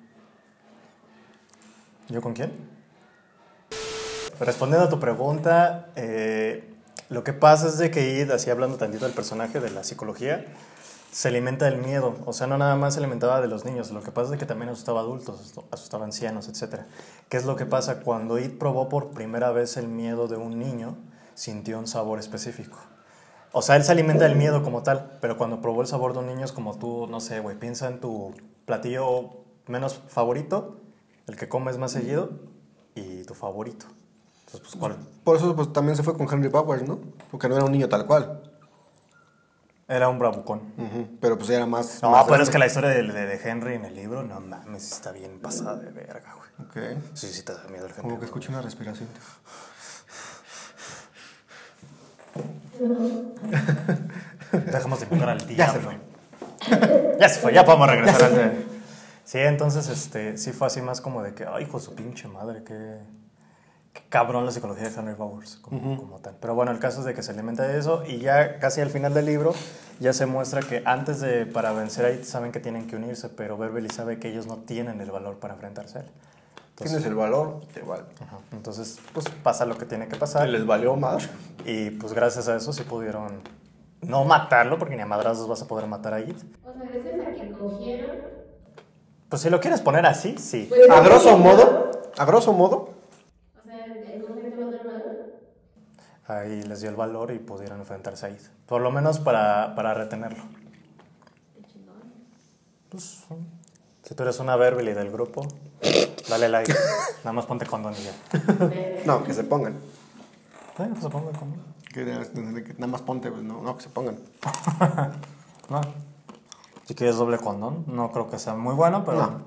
¿Yo con quién? Respondiendo a tu pregunta, lo que pasa es de que Id, así hablando tantito del personaje de la psicología, se alimenta del miedo. O sea, no nada más se alimentaba de los niños. Lo que pasa es que también asustaba a adultos, asustaba a ancianos, etc. ¿Qué es lo que pasa? Cuando Id probó por primera vez el miedo de un niño, sintió un sabor específico. O sea, él se alimenta del miedo como tal, pero cuando probó el sabor de un niño es como tú, no sé, güey, piensa en tu platillo menos favorito, el que comes más seguido, y tu favorito. Entonces, pues, ¿cuál? Por eso pues, también se fue con Henry Powers, ¿no? Porque no era un niño tal cual. Era un bravucón. Pero pues era más... No, más pero grande. es que la historia de Henry en el libro, no mames, está bien pasada de verga, güey. Ok. Sí, te da miedo el Henry. Como que escuché una respiración. Dejamos de invocar al diablo. Ya se fue. Ya se fue, ya podemos regresar al... Sí, entonces, sí fue así más como de que, ay, hijo de su pinche madre, qué cabrón la psicología de Henry Powers, como tal. Pero bueno, el caso es de que se alimenta de eso y ya casi al final del libro ya se muestra que antes de, para vencer a It, saben que tienen que unirse, pero Beverly sabe que ellos no tienen el valor para enfrentarse a él. Entonces, Tienes el valor, te vale. ajá, entonces, pues pasa lo que tiene que pasar. Les valió madre. Y pues gracias a eso sí pudieron no matarlo, porque ni a madrazos vas a poder matar a It. O sea, gracias a que cogieron. Pues si lo quieres poner así, sí. Pues, A grosso modo, O sea, el coger te va a dar valor. Ahí les dio el valor y pudieron enfrentarse a It. Por lo menos para retenerlo. Qué chingón. Pues, si tú eres una Beverly del grupo, dale like. Nada más ponte condón y ya. no, que se pongan. Pues se ponga condón. Que nada más ponte, pues no, que se pongan. No. Si quieres doble condón, no creo que sea muy bueno, pero... No.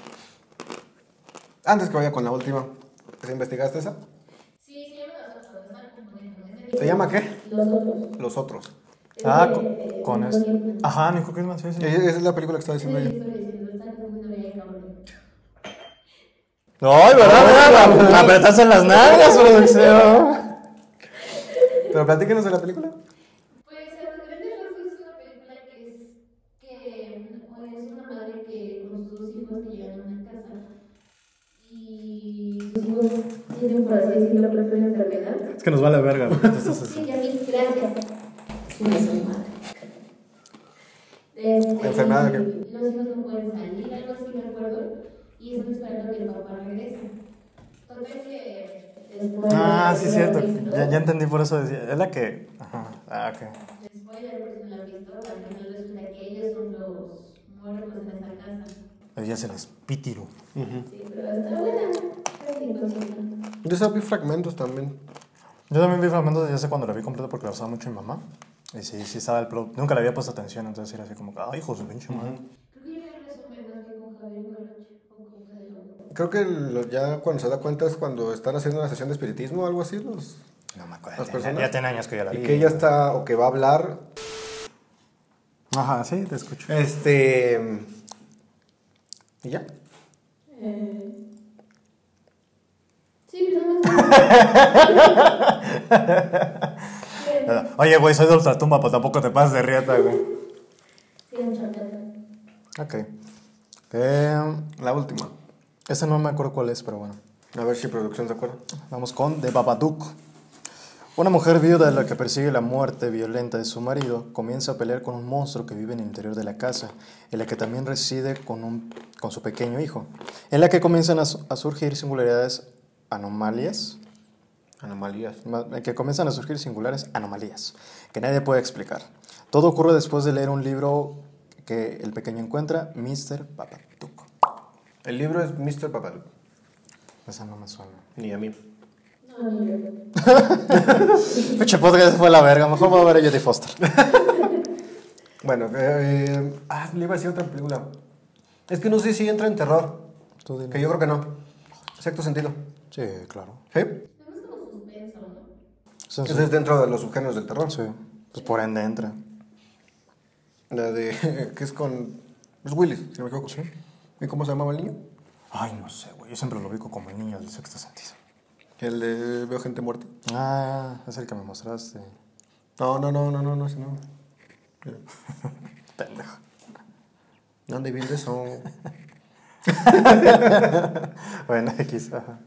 Antes que vaya con la última, ¿te investigaste esa? Sí, se llama Los Otros. Están confundiendo. ¿Se llama qué? Los Otros. Los otros. Ah, Es con de eso. Nicole Kidman. Ajá, Nicole Kidman, sí, sí. Esa es la película que estaba Sí, diciendo estoy ella. diciendo, están confundiendo bien, cabrón. ¡Ay, verdad! ¡Apretaste las nalgas, producción! Pero platíquenos de la película. Pues a los grandes rasgos es una película que es una madre que con sus dos hijos que llegan a una casa y sus hijos tienen, por así decirlo, una enfermedad. Es que nos vale verga. Sí, ya vi, gracias. No soy madre. ¿Enfermedad de qué? Los hijos no pueden salir, algo así me acuerdo, y están esperando que el papá regrese. Total que después... Sí, cierto. Ya entendí por eso decía. Es la que... Ajá. Ok. Spoiler, por si no la han visto, al final resulta que ellos son los muertos en esa casa. Ella es el espíritu. Sí, pero está buena. Yo solo vi fragmentos también. Yo también vi fragmentos, ya sé cuando la vi completa porque la usaba mucho mi mamá. Y sí estaba el plot. Nunca le había puesto atención, entonces era así como, hijos de pinche madre. Creo que yo vi el resumen más que con Javier Guarache o con Javier. Creo que ya cuando se da cuenta es cuando están haciendo una sesión de espiritismo o algo así. No me acuerdo. Las personas. Ya tiene años que ya la vi. Y que ella está, o que va a hablar. Ajá, sí, te escucho. ¿Y ya? Sí, pero no. Oye, güey, soy de Ultratumba, pues tampoco te pases de rieta, güey. Sí, un chacal. Ok. La última. Ese no me acuerdo cuál es, pero bueno. A ver si producción se acuerda. Vamos con The Babadook. Una mujer viuda de la que persigue la muerte violenta de su marido comienza a pelear con un monstruo que vive en el interior de la casa, en la que también reside con su pequeño hijo, en la que comienzan a surgir singularidades anomalías. Que comienzan a surgir singulares anomalías que nadie puede explicar. Todo ocurre después de leer un libro que el pequeño encuentra, Mr. Babadook. El libro es Mr. Babadook. Esa no me suena. Ni a mí. No, ni yo. Pinche podcast fue la verga. Mejor voy a ver a Jodie Foster. Bueno, le iba a decir otra película. Es que no sé si entra en terror. Tú dime. Que yo creo que no. Sexto sentido. Sí, claro. ¿Sí? No es como suspenso, ¿no? Ese es dentro de los subgéneros del terror. Sí. Pues por ende entra. La de... que es con... Bruce Willis, si no me equivoco. Sí. ¿Y cómo se llamaba el niño? Ay, no sé, güey. Yo siempre lo ubico como el niño del sexto sentido. El de Veo gente muerta. Es el que me mostraste. No, ese no. Pendejo. ¿Dónde viene eso? Bueno, X. Ajá.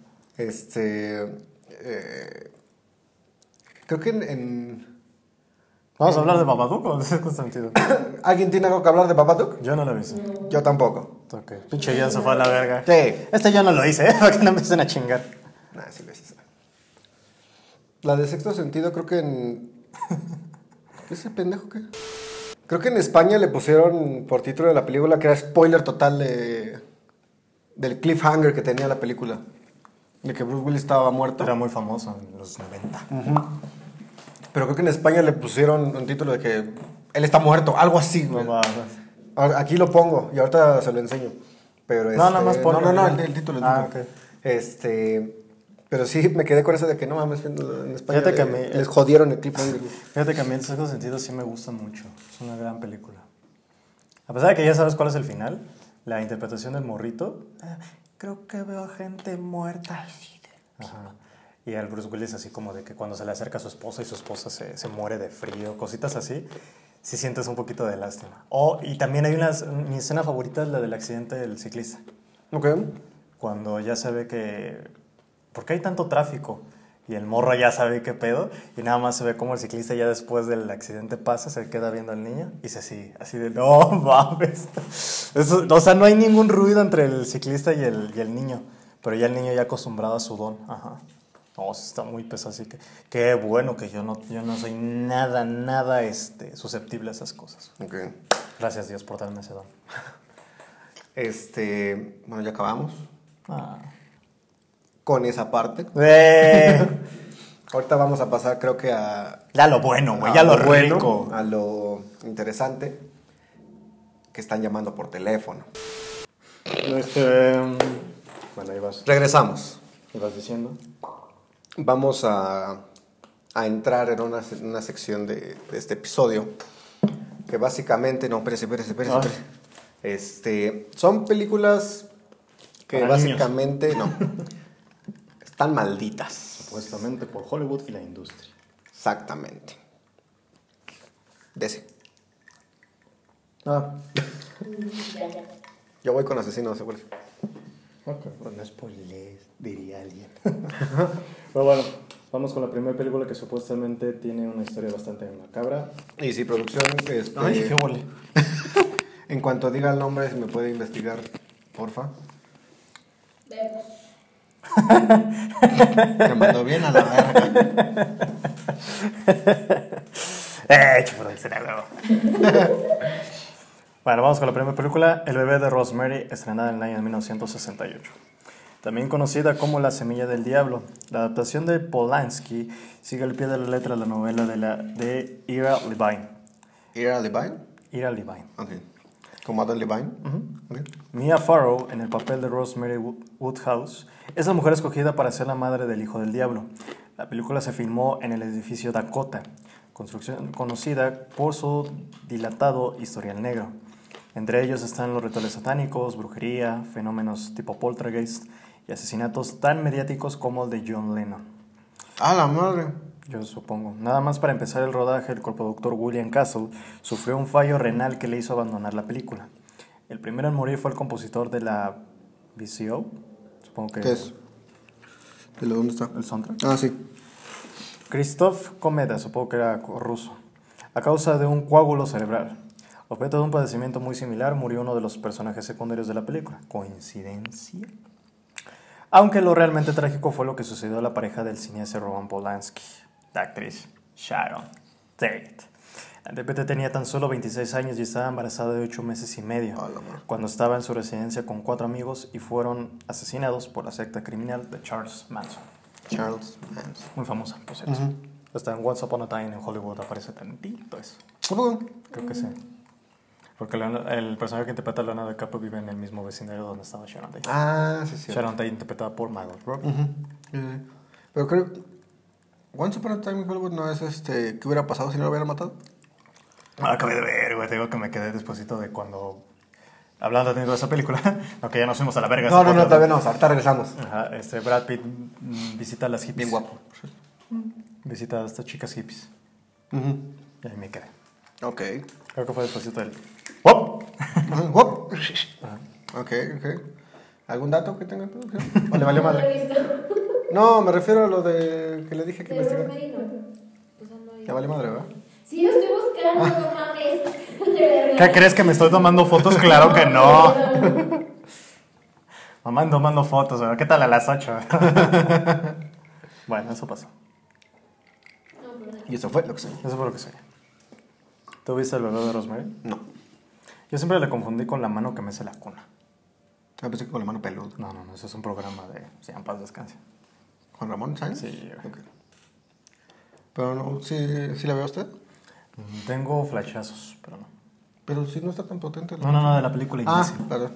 Creo que en... ¿Vamos a hablar de Babadook o de sexto sentido? ¿Alguien tiene algo que hablar de Babadook? Yo no lo hice. Yo tampoco. Ok. Pinche Jan se fue a la verga. Sí. Este yo no lo hice, para que no empiecen a chingar. Nah, sí lo hice. La de sexto sentido creo que en... ¿Qué es ese pendejo qué? Creo que en España le pusieron por título de la película que era spoiler total del cliffhanger que tenía la película. De que Bruce Willis estaba muerto. Era muy famoso en los 90. Pero creo que en España le pusieron un título de que él está muerto, algo así, güey. No, Aquí lo pongo y ahorita se lo enseño. Pero nada más ponlo. No, el título. Ok. Pero sí me quedé con eso de que no mames, en España Fíjate que a mí- les jodieron el cliffhanger. Fíjate que a mí en sexto sentido sí me gusta mucho. Es una gran película. A pesar de que ya sabes cuál es el final, la interpretación del morrito. Creo que veo gente muerta. Ajá. Y el Bruce Willis así como de que cuando se le acerca a su esposa y su esposa se muere de frío, cositas así, sí sientes un poquito de lástima. Y también hay mi escena favorita es la del accidente del ciclista. Ok. Cuando ya se ve que... ¿Por qué hay tanto tráfico? Y el morro ya sabe qué pedo, y nada más se ve como el ciclista ya después del accidente pasa, se queda viendo al niño y se sigue, así de, no mames. O sea, no hay ningún ruido entre el ciclista y el niño, pero ya el niño ya acostumbrado a su don. Ajá. No, está muy pesado, así que qué bueno que yo no soy nada susceptible a esas cosas. Ok. Gracias Dios por darme ese don. Bueno, ya acabamos Ah. con esa parte. Ahorita vamos a pasar, creo que Ya lo bueno, güey, a ya lo bueno, rico. a lo interesante, que están llamando por teléfono. Bueno, ahí vas. Regresamos. ¿Ibas diciendo? Vamos a entrar en una sección de este episodio que básicamente... No, espérese. Son películas que Para básicamente... No. Están malditas. Supuestamente por Hollywood y la industria. Exactamente. Dese. Ah, Ya, ya. Yo voy con asesino, seguro. ok, bueno, spoilers, diría alguien. Pero bueno, vamos con la primera película que supuestamente tiene una historia bastante macabra. Y si producción, Ay, qué huele. en cuanto diga el nombre, si me puede investigar, porfa. Vemos. Me mandó bien a la verga. Chúpalo, será luego. Bueno, vamos con la primera película, El bebé de Rosemary, estrenada en el año 1968. También conocida como La semilla del diablo, la adaptación de Polanski sigue al pie de la letra la novela de Ira Levine. ¿Ira Levine? Ira Levine. Ok. ¿Como Adam Levine? Ok. Mia Farrow, en el papel de Rosemary Woodhouse, es la mujer escogida para ser la madre del hijo del diablo. La película se filmó en el edificio Dakota, construcción conocida por su dilatado historial negro. Entre ellos están los rituales satánicos, brujería, fenómenos tipo poltergeist y asesinatos tan mediáticos como el de John Lennon. ¡Ah, la madre! Yo supongo. Nada más para empezar el rodaje, el coproductor William Castle sufrió un fallo renal que le hizo abandonar la película. El primero en morir fue el compositor de la VCO. Supongo que... ¿Qué es? ¿De dónde está? El soundtrack. Ah, sí. Christoph Komeda, supongo que era ruso, a causa de un coágulo cerebral. Objeto de un padecimiento muy similar, murió uno de los personajes secundarios de la película. ¿Coincidencia? Aunque lo realmente trágico fue lo que sucedió a la pareja del cineasta Roman Polanski, la actriz Sharon Tate. La intérprete tenía tan solo 26 años y estaba embarazada de 8 meses y medio, cuando estaba en su residencia con 4 amigos y fueron asesinados por la secta criminal de Charles Manson. Charles Manson. Muy famosa, por cierto. Hasta en Once Upon a Time en Hollywood aparece tantito eso. Creo que sí. Porque el personaje que interpreta a Leonardo DiCaprio vive en el mismo vecindario donde estaba Sharon Tate. Ah, sí, sí. Sharon Tate interpretada por Margot Robbie. Pero creo... Once Upon a Time in Hollywood no es ¿qué hubiera pasado si no lo hubieran matado? Acabé de ver, güey. Te digo que me quedé despuésito de cuando... Hablando de esa película, aunque ya nos fuimos a la verga. No, todavía no. Ahorita regresamos. Ajá, Brad Pitt visita a las hippies. Bien guapo. Visita a estas chicas hippies. Y ahí me quedé. Ok. Creo que fue despuésito del... ¡Wop! Ok. ¿Algún dato que tenga? ¿O le valió No lo madre? he visto. No, me refiero a lo de que le dije que De investigara. Rosemary, no. O sea, no hay- Le vale madre, ¿verdad? Sí, lo estoy buscando, no mames. De verdad. ¿Qué crees que me estoy tomando fotos? Claro que no. Mamá, tomando fotos, ¿verdad? ¿Qué tal a las 8? Bueno, eso pasó. No, perdón. Y eso fue lo que sé. Eso fue lo que sé. ¿Tú viste el bebé de Rosemary? No. Yo siempre le confundí con La mano que mece la cuna. Pensé que con la mano peluda. No, eso es un programa de... Se llama Paz Descanse. ¿Juan Ramón Sáenz? Sí, güey. Ok. Pero no, ¿sí la ve usted? Tengo flashazos, pero no. Pero sí no está tan potente. No, de la película Ah, imbécil. perdón.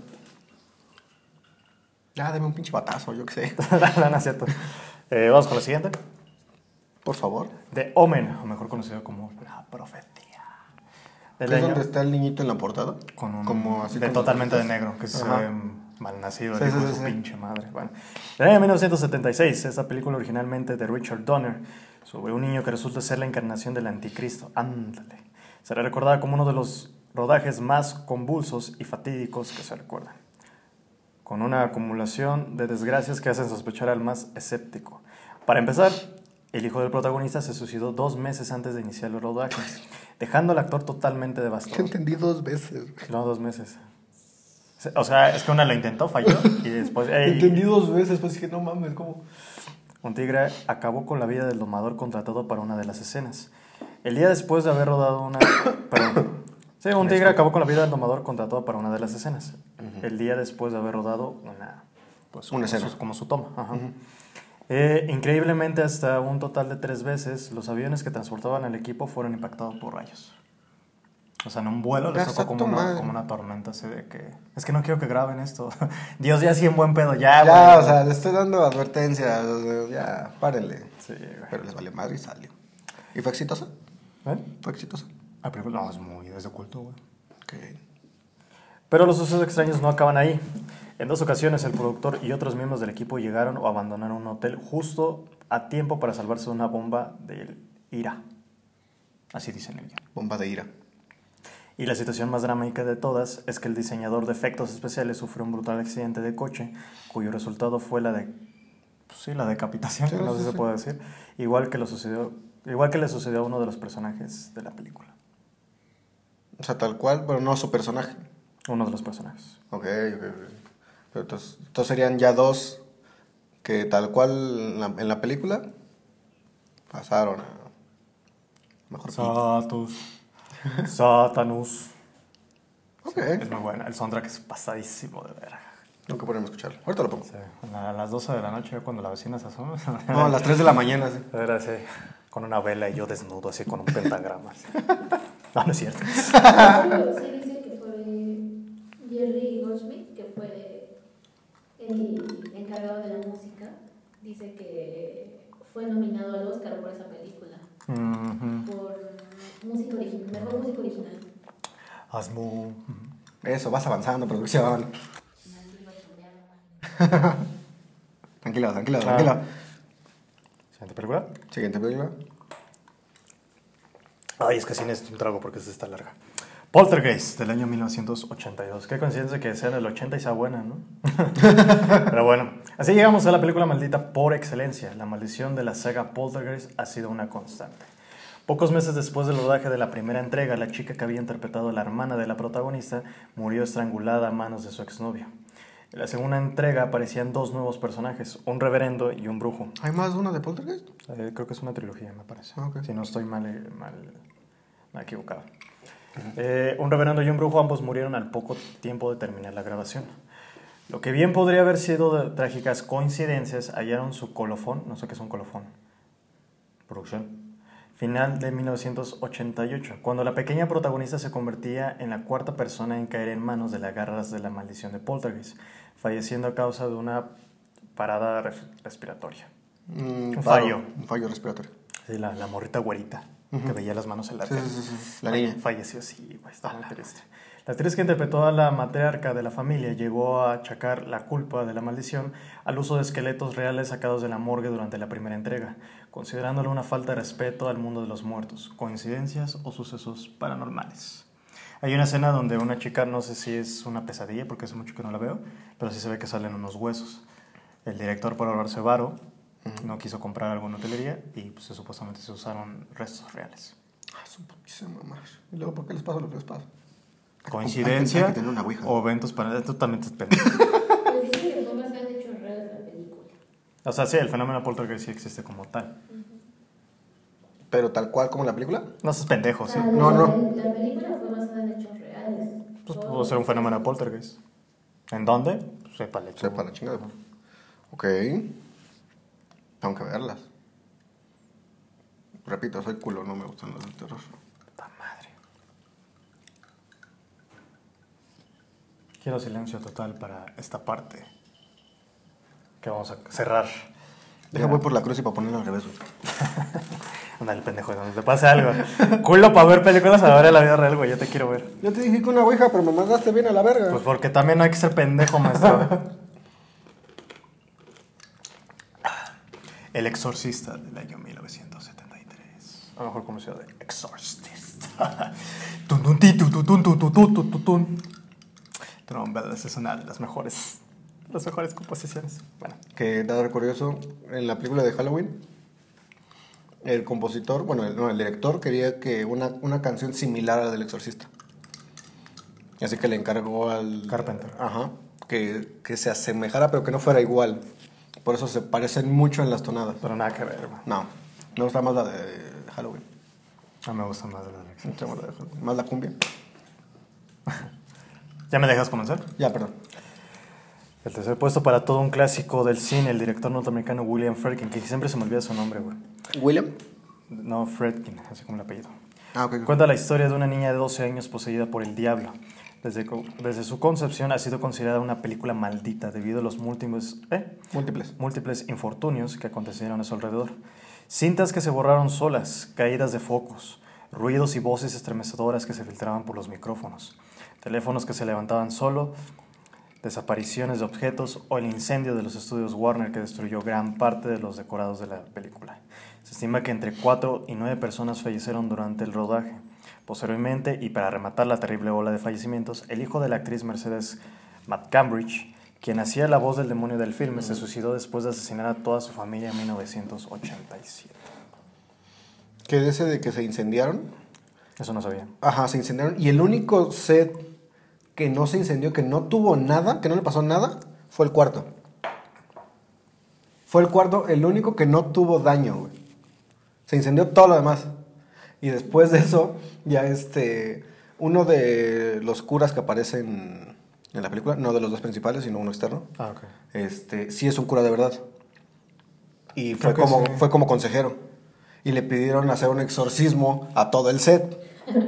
Ya, deme un pinche batazo, yo qué sé. No es cierto. Vamos con la siguiente. Por favor. The Omen, o mejor conocido como La Profecía. Del ¿Es año- donde está el niñito en la portada? Con un... Como así de con totalmente de los- negro, que se Ajá. ve malnacido, Sí, el hijo sí, de sí, su sí. pinche madre. Bueno, del año 1976, esta película originalmente de Richard Donner, sobre un niño que resulta ser la encarnación del anticristo. Ándale. Será recordada como uno de los rodajes más convulsos y fatídicos que se recuerdan, con una acumulación de desgracias que hacen sospechar al más escéptico. Para empezar, el hijo del protagonista se suicidó 2 meses antes de iniciar el rodaje, dejando al actor totalmente Que devastado. entendí 2 veces. No, 2 meses. O sea, es que una lo intentó, falló, y después... Entendí 2 veces, pues dije, no mames, ¿cómo? Un tigre acabó con la vida del domador contratado para una de las escenas. El día después de haber rodado una... Perdón. Sí, un tigre acabó con la vida del domador contratado para una de las escenas. El día después de haber rodado una... Pues, Una escena. como su toma. Ajá. Increíblemente, hasta un total de 3 veces, los aviones que transportaban al equipo fueron impactados por rayos. O sea, en un vuelo les tocó como una tormenta así de que... Es que no quiero que graben esto. Dios, ya sí en buen pedo, ya, Ya, güey. o sea, le estoy dando advertencias. O sea, ya, párenle. Sí, güey. Pero les valió madre y salió. ¿Y fue exitosa? ¿Eh? Fue exitosa. La película no, es muy desde culto, güey. Ok. Pero los sucesos extraños no acaban ahí. En 2 ocasiones el productor y otros miembros del equipo llegaron o abandonaron un hotel justo a tiempo para salvarse de una bomba del ira. Así dice en el guión. Bomba de ira. Y la situación más dramática de todas es que el diseñador de efectos especiales sufrió un brutal accidente de coche, cuyo resultado fue la la decapitación, Sí, no sé sí, si se sí. puede decir, igual que le sucedió a uno de los personajes de la película. O sea, tal cual, pero no su personaje. Uno de los personajes. Ok. Pero entonces serían ya dos que tal cual en la película pasaron a mejor Satanus. Ok. Es muy buena. El soundtrack es pasadísimo de verga. Nunca podemos escucharlo. Ahorita lo pongo. Sí, a las 12 de la noche, cuando la vecina se asoma. No, a las 3 de la mañana, sí. Era así, con una vela y yo desnudo, así con un pentagrama. Así. No es cierto. Pero sí dice que fue Jerry Goldsmith, que fue el encargado de la música. Dice que fue nominado al Oscar por esa película. Por música original, mejor música original. Asmo. Eso, vas avanzando, producción. Tranquila. Siguiente película. Siguiente película. Ay, es que sí necesito un trago porque esta está larga. Poltergeist, del año 1982. Qué coincidencia que sea en el 80 y sea buena, ¿no? Pero bueno, así llegamos a la película maldita por excelencia. La maldición de la saga Poltergeist ha sido una constante. Pocos meses después del rodaje de la primera entrega, la chica que había interpretado a la hermana de la protagonista murió estrangulada a manos de su exnovio. En la segunda entrega aparecían dos nuevos personajes, un reverendo y un brujo. ¿Hay más de una de Poltergeist? Creo que es una trilogía, me parece. Ah, ok. Si no estoy mal equivocado. Un reverendo y un brujo, ambos murieron al poco tiempo de terminar la grabación. Lo que bien podría haber sido de trágicas coincidencias, hallaron su colofón, no sé qué es un colofón, producción, final de 1988, cuando la pequeña protagonista se convertía en la cuarta persona en caer en manos de las garras de la maldición de Poltergeist, falleciendo a causa de una parada respiratoria. Un fallo. Un fallo respiratorio. Sí, la morrita güerita, que veía las manos en la tele. Sí. La niña. Falleció, sí, güey, está muy triste. La actriz que interpretó a la matriarca de la familia llegó a achacar la culpa de la maldición al uso de esqueletos reales sacados de la morgue durante la primera entrega, considerándolo una falta de respeto al mundo de los muertos, coincidencias o sucesos paranormales. Hay una escena donde una chica, no sé si es una pesadilla porque hace mucho que no la veo, pero sí se ve que salen unos huesos. El director, por ahorrarse varo, no quiso comprar algo en hotelería y pues, supuestamente se usaron restos reales. Su putísima madre. ¿Y luego por qué les pasa lo que les pasa? ¿Coincidencia Hay que tener una ouija. o eventos para totalmente pendejo? Pues dice que no se han hecho reales la película. O sea, sí, el fenómeno poltergeist sí existe como tal. Pero tal cual como la película. No seas pendejo, sí. No. La película fue basada en hechos reales. Pues pudo ser un fenómeno poltergeist. ¿En dónde? Pues, sepa la Sepa la chingada. Ok. Tengo que verlas. Repito, soy culo, no me gustan las del terror. Puta madre. Quiero silencio total para esta parte que vamos a cerrar. Deja, voy por la cruz y para ponerla al revés, güey. Ándale, pendejo, donde te pase algo. Culo para ver películas a la hora de la vida real, güey. Yo te quiero ver. Yo te dije que una ouija, pero me mandaste bien a la verga. Pues porque también no hay que ser pendejo, maestro. El Exorcista del año 1973. A lo mejor conocido de Exorcist. Trompetas es una de las mejores composiciones. Bueno. Que dato curioso, en la película de Halloween, el compositor, el director quería que una canción similar a la del Exorcista. Así que le encargó al Carpenter. Ajá. Que se asemejara, pero que no fuera igual. Por eso se parecen mucho en las tonadas. Pero nada que ver, güey. No, me gusta más la de Halloween. No me gusta más de la Exorcista. Me gusta más la de Halloween. Más la cumbia. ¿Ya me dejas comenzar? Ya, perdón. El tercer puesto para todo un clásico del cine, el director norteamericano William Friedkin, que siempre se me olvida su nombre, güey. ¿William? No, Friedkin, así como el apellido. Ok. Cuenta la historia de una niña de 12 años poseída por el diablo. Desde su concepción ha sido considerada una película maldita debido a los múltiples infortunios que acontecieron a su alrededor. Cintas que se borraron solas, caídas de focos, ruidos y voces estremecedoras que se filtraban por los micrófonos, teléfonos que se levantaban solo, desapariciones de objetos o el incendio de los estudios Warner que destruyó gran parte de los decorados de la película. Se estima que entre 4 y 9 personas fallecieron durante el rodaje. Posteriormente, y para rematar la terrible ola de fallecimientos, el hijo de la actriz Mercedes McCambridge, quien hacía la voz del demonio del filme, se suicidó después de asesinar a toda su familia en 1987. ¿Qué de ese de que se incendiaron? Eso no sabía. Ajá, se incendiaron. Y el único set que no se incendió, que no tuvo nada, que no le pasó nada, fue el cuarto. Fue el cuarto el único que no tuvo daño, güey. Se incendió todo lo demás. Y después de eso, ya uno de los curas que aparecen en la película, no de los dos principales, sino uno externo, Ok. Sí es un cura de verdad. Y Creo que sí. fue como consejero. Y le pidieron hacer un exorcismo a todo el set.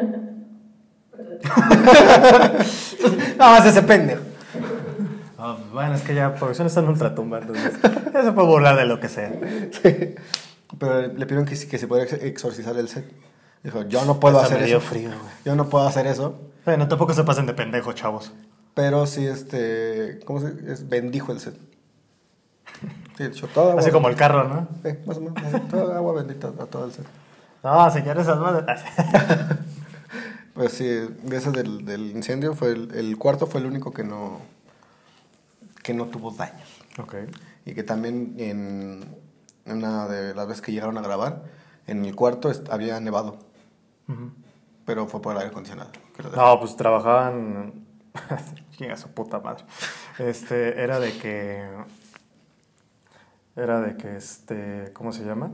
No, es ese pendejo. Bueno, es que ya producción está en ultratumba, entonces ya se puede burlar de lo que sea. Sí. Pero le pidieron que se pudiera exorcizar el set. Dijo, yo no puedo Hasta hacer me dio eso. frío, güey. Yo no puedo hacer eso. Bueno, tampoco se pasen de pendejo, chavos. Pero sí, ¿cómo bendijo el set. Sí, echó toda agua. Así como el carro, ¿no? Más o menos. Toda agua bendita a todo el set. No, señores, esas madres. Pues sí, de ese del incendio, el cuarto fue el único que no tuvo daños. Ok. Y que también en una de las veces que llegaron a grabar, en el cuarto había nevado. Uh-huh. Pero fue por el aire acondicionado. No, pues trabajaban. Chinga su puta madre. Era de que, ¿cómo se llama?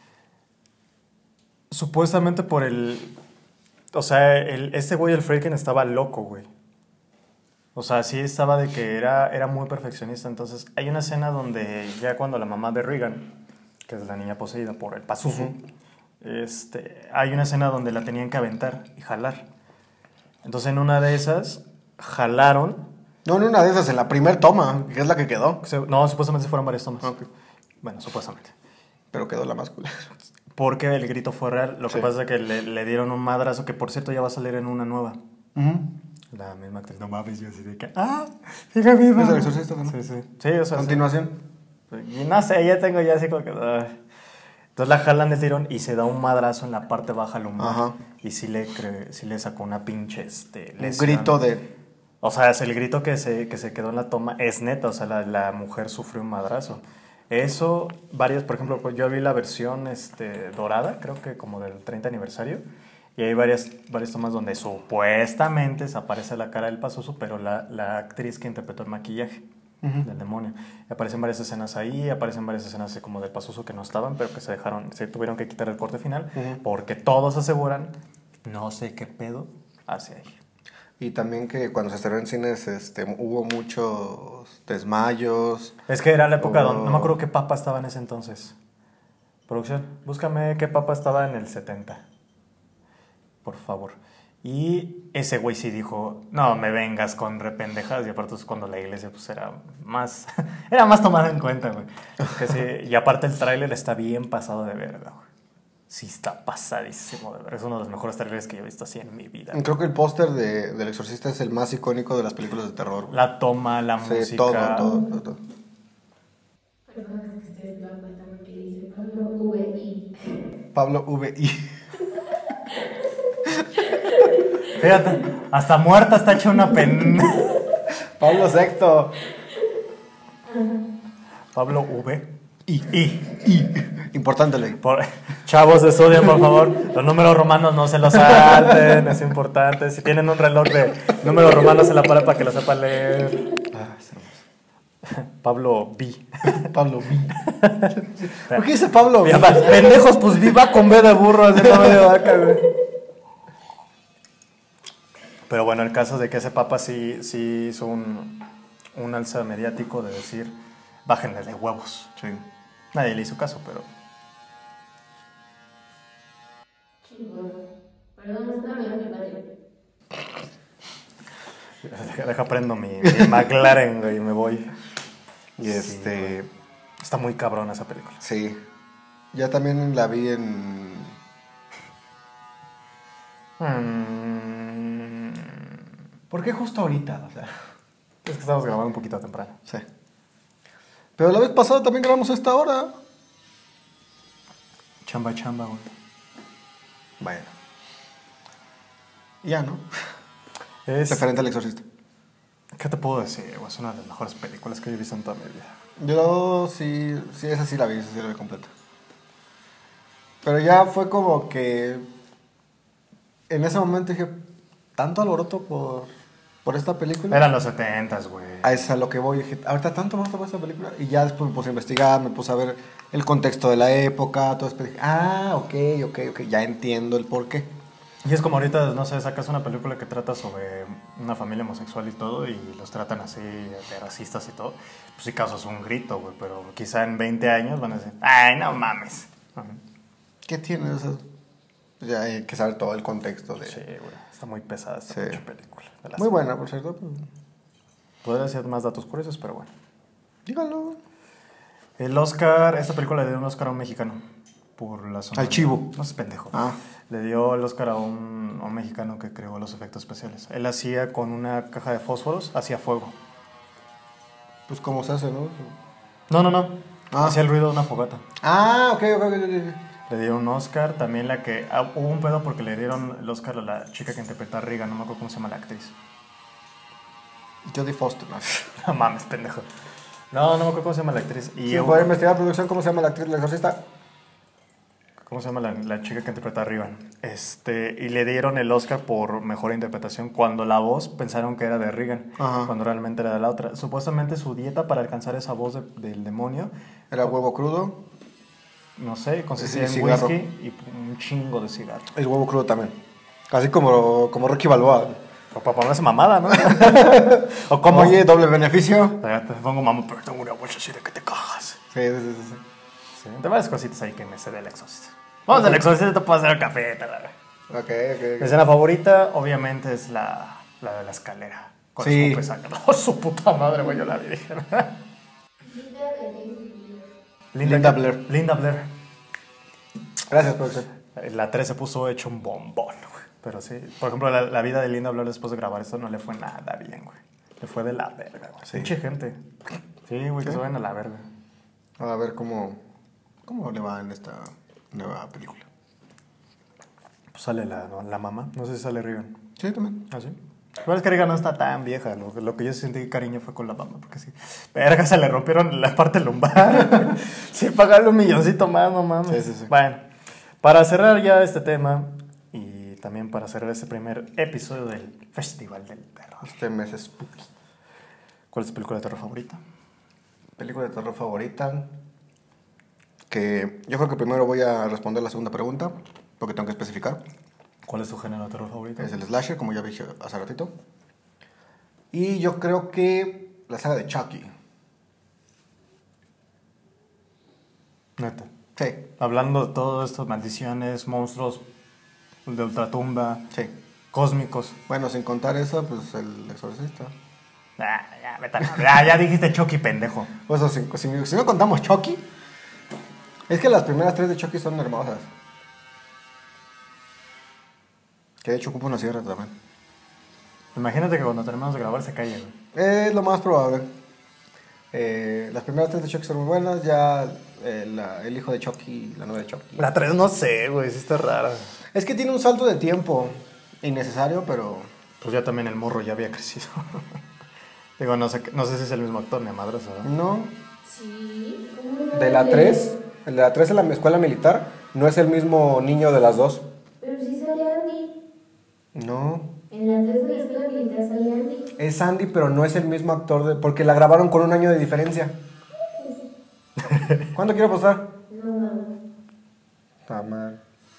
Supuestamente por o sea, este güey, el Friedkin, estaba loco, güey. O sea, sí estaba de que era muy perfeccionista. Entonces, hay una escena donde ya cuando la mamá de Regan, que es la niña poseída por el Pazuzu, hay una escena donde la tenían que aventar y jalar. Entonces, en una de esas, jalaron. No, en una de esas, en la primer toma, que es la que quedó. No, supuestamente fueron varias tomas. Okay. Bueno, supuestamente. Pero quedó la más culera. Porque el grito fue real. Lo que pasa es que le dieron un madrazo que, por cierto, ya va a salir en una nueva. La misma actriz. No mames, yo así de que... ¡Sigue viva! ¿Es el exorcista, no? Sí, sí. Sí, o sea... Continuación. Sí. Y no sé, ya tengo ya así como que... Entonces la jalan del tirón y se da un madrazo en la parte baja lumbar. Ajá. Y sí le sacó una pinche Un lesión. grito de... O sea, es el grito que se quedó en la toma es neta. O sea, la mujer sufrió un madrazo. Eso, por ejemplo, pues yo vi la versión dorada, creo que como del 30 aniversario, y hay varias tomas donde supuestamente se aparece la cara del Pazuzu, pero la actriz que interpretó el maquillaje del demonio. Y aparecen varias escenas ahí, aparecen varias escenas así como del Pazuzu que no estaban, pero que se tuvieron que quitar el corte final, porque todos aseguran, no sé qué pedo, hacia ahí. Y también que cuando se estrenó en cines hubo muchos desmayos. Es que era la época donde... No me acuerdo qué papa estaba en ese entonces. Producción, búscame qué papa estaba en el 70. Por favor. Y ese güey sí dijo, no me vengas con rependejadas. Y aparte es cuando la iglesia pues era más tomada en cuenta, güey. Que sí, y aparte el tráiler está bien pasado de verga, güey. Sí está pasadísimo de ver. Es uno de los mejores trailers que yo he visto así en mi vida. Creo que el póster del Exorcista es el más icónico de las películas de terror. La toma, la sí, música. Todo. Perdón, es que ustedes me dan cuenta porque dice Pablo V.I. Pablo V.I. Fíjate, hasta muerta está hecha una Pablo VI. Pablo V. Importante ley. Chavos de estudio, por favor. Los números romanos no se los salten, es importante. Si tienen un reloj de números romanos en la pared para que lo sepan leer. Pablo B. Pablo B. ¿Por qué dice Pablo B? Pendejos, pues viva con B de burro, así no de vaca, güey. Pero bueno, el caso de que ese papa sí hizo un alza mediático de decir, bájenle de huevos. Sí. Nadie le hizo caso, pero... Perdón, está bien mi patio. Deja prendo mi McLaren, güey, y me voy. Y está muy cabrón esa película. Sí. Ya también la vi en... ¿Por qué justo ahorita? O sea, es que estamos grabando un poquito temprano. Sí. Pero la vez pasada también grabamos a esta hora. Chamba, chamba, güey. Bueno. Ya, ¿no? Es... Referente al Exorcista. ¿Qué te puedo decir, güey? Es una de las mejores películas que yo he visto en toda mi vida. Yo sí, esa sí la vi completa. Pero ya fue como que en ese momento dije, tanto alboroto por esta película. Eran los 70s, güey. A eso es a lo que voy. Dije, ahorita tanto alboroto por esta película. Y ya después me puse a investigar, me puse a ver el contexto de la época. Todo después dije, ok, ya entiendo el porqué. Y es como ahorita, no sé, sacas una película que trata sobre una familia homosexual y todo, y los tratan así de racistas y todo. Pues sí causas un grito, güey, pero quizá en 20 años van a decir, ay, no mames. Ajá. ¿Qué tiene? O sea, ya hay que saber todo el contexto de... Sí, güey, está muy pesada esta Sí. pinche película. Muy buena, por cierto. Podría ser más datos curiosos, pero bueno. Dígalo. El Oscar, esta película le dio un Oscar a un mexicano. Por la zona. Al chivo. No es pendejo. Ah. Le dio el Oscar a un mexicano que creó los efectos especiales. Él hacía con una caja de fósforos, hacía fuego. Pues como se hace, ¿no? No. Ah. Hacía el ruido de una fogata. Ah, ok. Le dieron un Oscar, también la que... hubo un pedo porque le dieron el Oscar a la chica que interpreta a Regan, no me acuerdo cómo se llama la actriz. Jodie Foster, ¿no? No mames, pendejo. No me acuerdo cómo se llama la actriz. Y Sí, hubo- voy a investigar producción, ¿cómo se llama la actriz del Exorcista? ¿Cómo se llama la chica que interpreta a Regan? Y le dieron el Oscar por mejor interpretación cuando la voz pensaron que era de Regan, Ajá. cuando realmente era de la otra. Supuestamente su dieta para alcanzar esa voz del demonio, Era huevo crudo. no sé, consistía Sí, en cigarro. whisky y un chingo de cigarro. El huevo crudo también. Así como Rocky Balboa. O para ponerse mamada, ¿no? O como... Oye, doble beneficio. Te pongo mamá, pero tengo una voz así de que te cagas. Sí. Sí, de varias cositas ahí que me sé del Exorcista. Vamos al Exorcista, te puedo hacer el café, tal. Ok. Mi escena favorita, obviamente, es la de la escalera. Con Sí. escupe sangre. ¡Oh, su puta madre, güey! Yo la vi, dije. Linda Blair. Linda Blair. Gracias, producción. La 3 se puso hecho un bombón, güey. Pero sí, por ejemplo, la vida de Linda Blair después de grabar esto no le fue nada bien, güey. Le fue de la verga, güey. Sí. Mucha gente. Sí, güey, que se vayan a la verga. A ver cómo le va en esta nueva película. Pues sale la mamá. No sé si sale Regan. Sí, también. ¿Ah, sí? Pero es que Regan no está tan vieja. Lo que yo sentí cariño fue con la mamá. Porque sí. Verga, se le rompieron la parte lumbar. Sí, pagarle un milloncito más, no mames. Sí. Bueno, para cerrar ya este tema y también para cerrar este primer episodio del Festival del Terror. Este mes es spooky. ¿Cuál es tu película de terror favorita? Película de terror favorita. Que yo creo que primero voy a responder la segunda pregunta, porque tengo que especificar. ¿Cuál es tu género de terror favorito? Es el slasher, como ya dije hace ratito. Y yo creo que la saga de Chucky. Neta. Sí, Hablando de todo esto, maldiciones, monstruos de ultratumba, sí. cósmicos. Bueno, sin contar eso, pues el exorcista. Ya, vete a la- ya dijiste Chucky, pendejo. Pues si no contamos Chucky, es que las primeras 3 de Chucky son hermosas. Que de hecho ocupa una sierra también. Imagínate que cuando terminamos de grabar se callen. Es lo más probable. Las primeras 3 de Chucky son muy buenas. Ya el hijo de Chucky, la nueva de Chucky. La 3 no sé, güey, sí está rara. Es que tiene un salto de tiempo innecesario, pero... Pues ya también el morro ya había crecido. Digo, no sé si es el mismo actor, ni a madres, ¿verdad? No. Sí, ¿cómo no? De la 3, el de la 3 en la escuela militar, no es el mismo niño de las dos. Pero sí sale Andy. No. En la 3 de la escuela militar sale Andy. Es Andy, pero no es el mismo actor, porque la grabaron con un año de diferencia. ¿Cuánto quiero apostar? No, no. Está mal.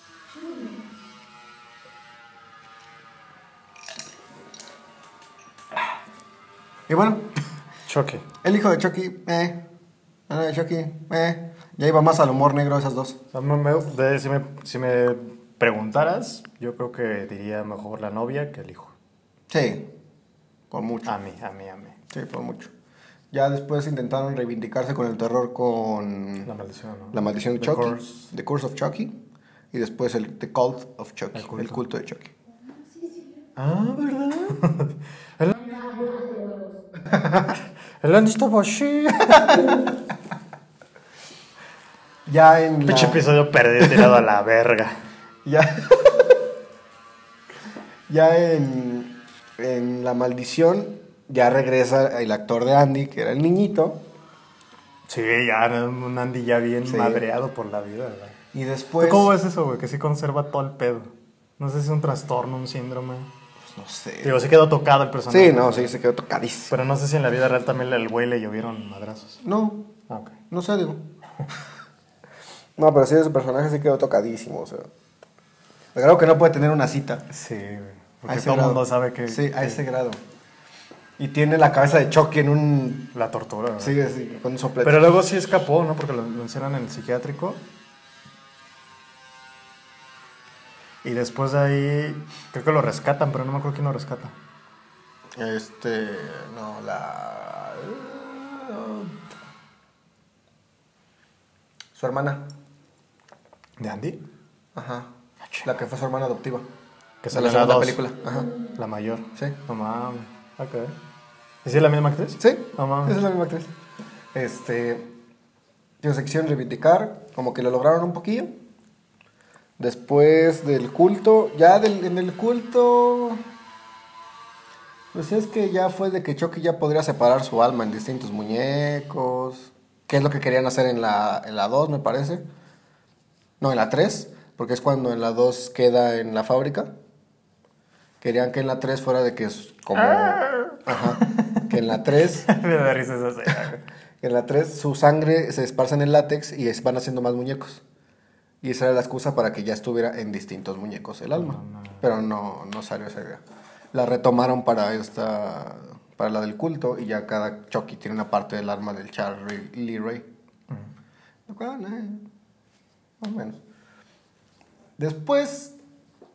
Y bueno, Chucky. el hijo de Chucky, la nueva de Chucky, ya iba más al humor negro esas dos. Si me preguntaras, yo creo que diría mejor la novia que el hijo. Sí, por mucho. A mí. Sí, por mucho. Ya después intentaron reivindicarse con el terror con La maldición, ¿no? La maldición de The Chucky, Curse. The Curse of Chucky, y después The Cult of Chucky, el culto de Chucky. Ah, ¿verdad? El Andy estaba así. Ya en Pinche episodio perdido tirado a la verga. Ya, ya en La Maldición, ya regresa el actor de Andy, que era el niñito. Sí, ya un Andy ya bien Sí. madreado por la vida, ¿verdad? Y después... ¿Cómo ves eso, güey? Que sí conserva todo el pedo. No sé si es un trastorno, un síndrome. Pues no sé. Digo, sí quedó tocado el personaje. Sí, no, sí, se quedó tocadísimo. Pero no sé si en la vida real también el güey le llovieron madrazos. No, Ah, ok. no sé, digo. No, pero sí, ese personaje sí quedó tocadísimo, o sea. Creo que no puede tener una cita. Sí, güey. A Porque ese todo el grado. mundo sabe que... Sí, a que ese grado. Y tiene la cabeza de Chucky en un... La tortura, ¿verdad? Sí, sí, con un soplete. Pero luego sí escapó, ¿no? Porque lo encierran en el psiquiátrico. Y después de ahí, creo que lo rescatan, pero no me acuerdo quién lo rescata. No, su hermana. ¿De Andy? Ajá. La que fue su hermana adoptiva. Que De sale la en la segunda 2. película. Ajá. La mayor. Sí. No mames. Ok. ¿Y si es la misma actriz? Sí, No mames. esa es la misma actriz. Ellos se quisieron reivindicar, como que lo lograron un poquillo. Después del culto, en el culto, pues es que ya fue de que Chucky ya podría separar su alma en distintos muñecos, que es lo que querían hacer en la 2, me parece. No, en la 3, porque es cuando en la 2 queda en la fábrica. Querían que en la 3 fuera de que es como... Ajá, que en la 3... Me da risa esa escena. En la 3 su sangre se esparce en el látex y van haciendo más muñecos. Y esa era la excusa para que ya estuviera en distintos muñecos el alma. Pero no salió esa idea. La retomaron para la del culto y ya cada Chucky tiene una parte del alma del Charlie Lee Ray. Lo cual, más o menos. Después,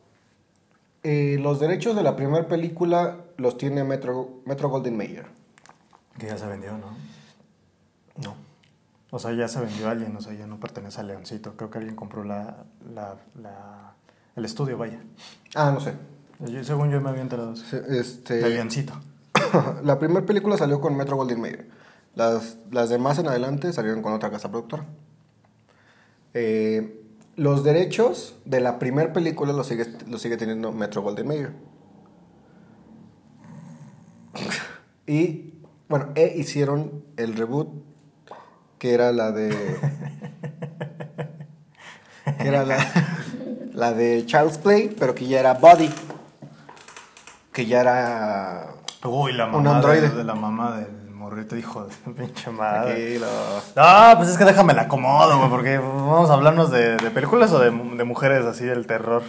los derechos de la primera película los tiene Metro Goldwyn Mayer. Que ya se vendió, ¿no? No. O sea, ya se vendió a alguien, o sea, ya no pertenece al Leoncito. Creo que alguien compró el estudio, vaya. Ah, no sé. Según yo me había enterado de eso. El Leoncito. La primera película salió con Metro Goldwyn Mayer. Las demás en adelante salieron con otra casa productora. Los derechos de la primera película los sigue teniendo Metro Goldwyn Mayer. Y, bueno, hicieron el reboot, que era la de... que era la de Child's Play, pero que ya era Buddy. Que ya era... Uy, la un mamá androide. de la mamá del morrito, hijo de pinche madre. Tranquilo. No, pues es que déjame la acomodo, güey, porque vamos a hablarnos de películas o de mujeres así del terror.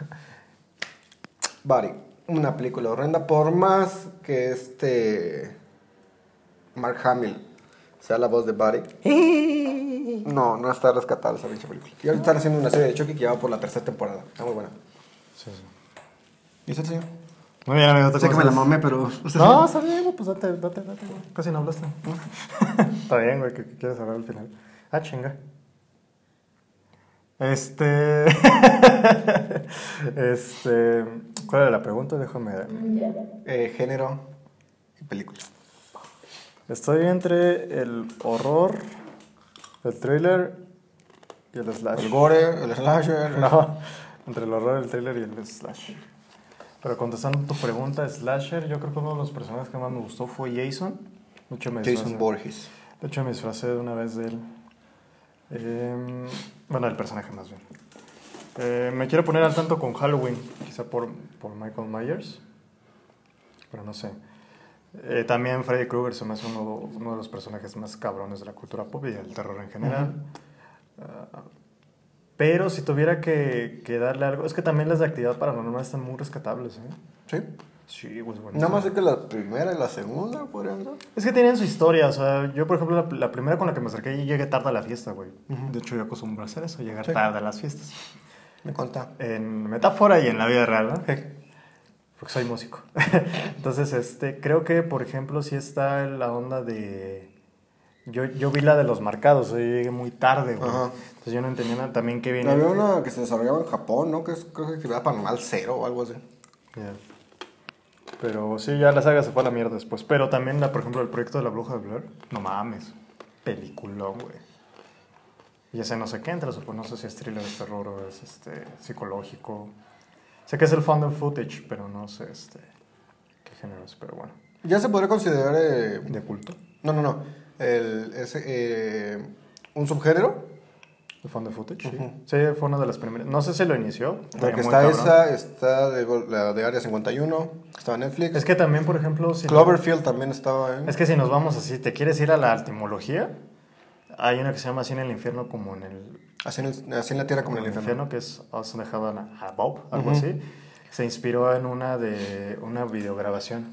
Buddy, una película horrenda, por más que Mark Hamill sea la voz de Buddy. No está rescatable esa pinche película. Y ahora están haciendo una serie de Chucky que ya va por la 3ª temporada. Está muy buena. Sí, sí. ¿Y usted, señor? Muy bien, amigo. ¿te Sé que me la conoces? mamé, pero... No, está bien, güey, pues date, güey. Casi no hablaste. Está bien, güey, que quieres hablar al final. Ah, chinga. ¿Cuál era la pregunta? Déjame ver. Género y película. Estoy entre el horror, el thriller y el slash. El gore, el slasher... No, entre el horror, el thriller y el slash. Pero contestando tu pregunta, slasher, yo creo que uno de los personajes que más me gustó fue Jason. De hecho, me Jason disfracé- Borges. De hecho, me disfracé de una vez de él. Bueno, el personaje más bien. Me quiero poner al tanto con Halloween, quizá por Michael Myers, pero no sé. También Freddy Krueger se me hace uno de los personajes más cabrones de la cultura pop y del terror en general. Pero si tuviera que darle algo, es que también las de actividad paranormal están muy rescatables, ¿eh? ¿Sí? Sí, pues bueno. Nada más sé que la primera y la segunda podrían ser. Es que tienen su historia, o sea, yo por ejemplo la primera con la que me acerqué llegué tarde a la fiesta, güey. De hecho yo acostumbro a hacer eso, llegar Sí. tarde a las fiestas. Me conta. En metáfora y en la vida real, ¿no? Porque soy músico. Entonces, creo que por ejemplo sí está la onda de... Yo vi la de los marcados, yo llegué muy tarde, güey. Ajá. Entonces yo no entendía nada, también que viene... Había una que se desarrollaba en Japón, ¿no? Que es, creo que actividad paranormal 0 o algo así. Yeah. Pero sí, ya la saga se fue a la mierda después. Pero también, por ejemplo, el proyecto de la bruja de Blair. No mames. Peliculón, güey. Y ese no sé qué entra, no sé si es thriller, es terror o es psicológico. Sé que es el found footage, pero no sé qué género es, pero bueno. Ya se podría considerar... ¿De culto? No. Un subgénero. ¿El found footage? Sí. Sí, fue una de las primeras. No sé si lo inició. Porque está esa, está la de Área 51, que estaba en Netflix. Es que también, por ejemplo... Cloverfield también estaba, Es que si nos vamos así, ¿te quieres ir a la etimología? Hay una que se llama Así en el infierno como en el... Así en la tierra como en el infierno. Que es As in the Heaven Above, algo así. Se inspiró en una videograbación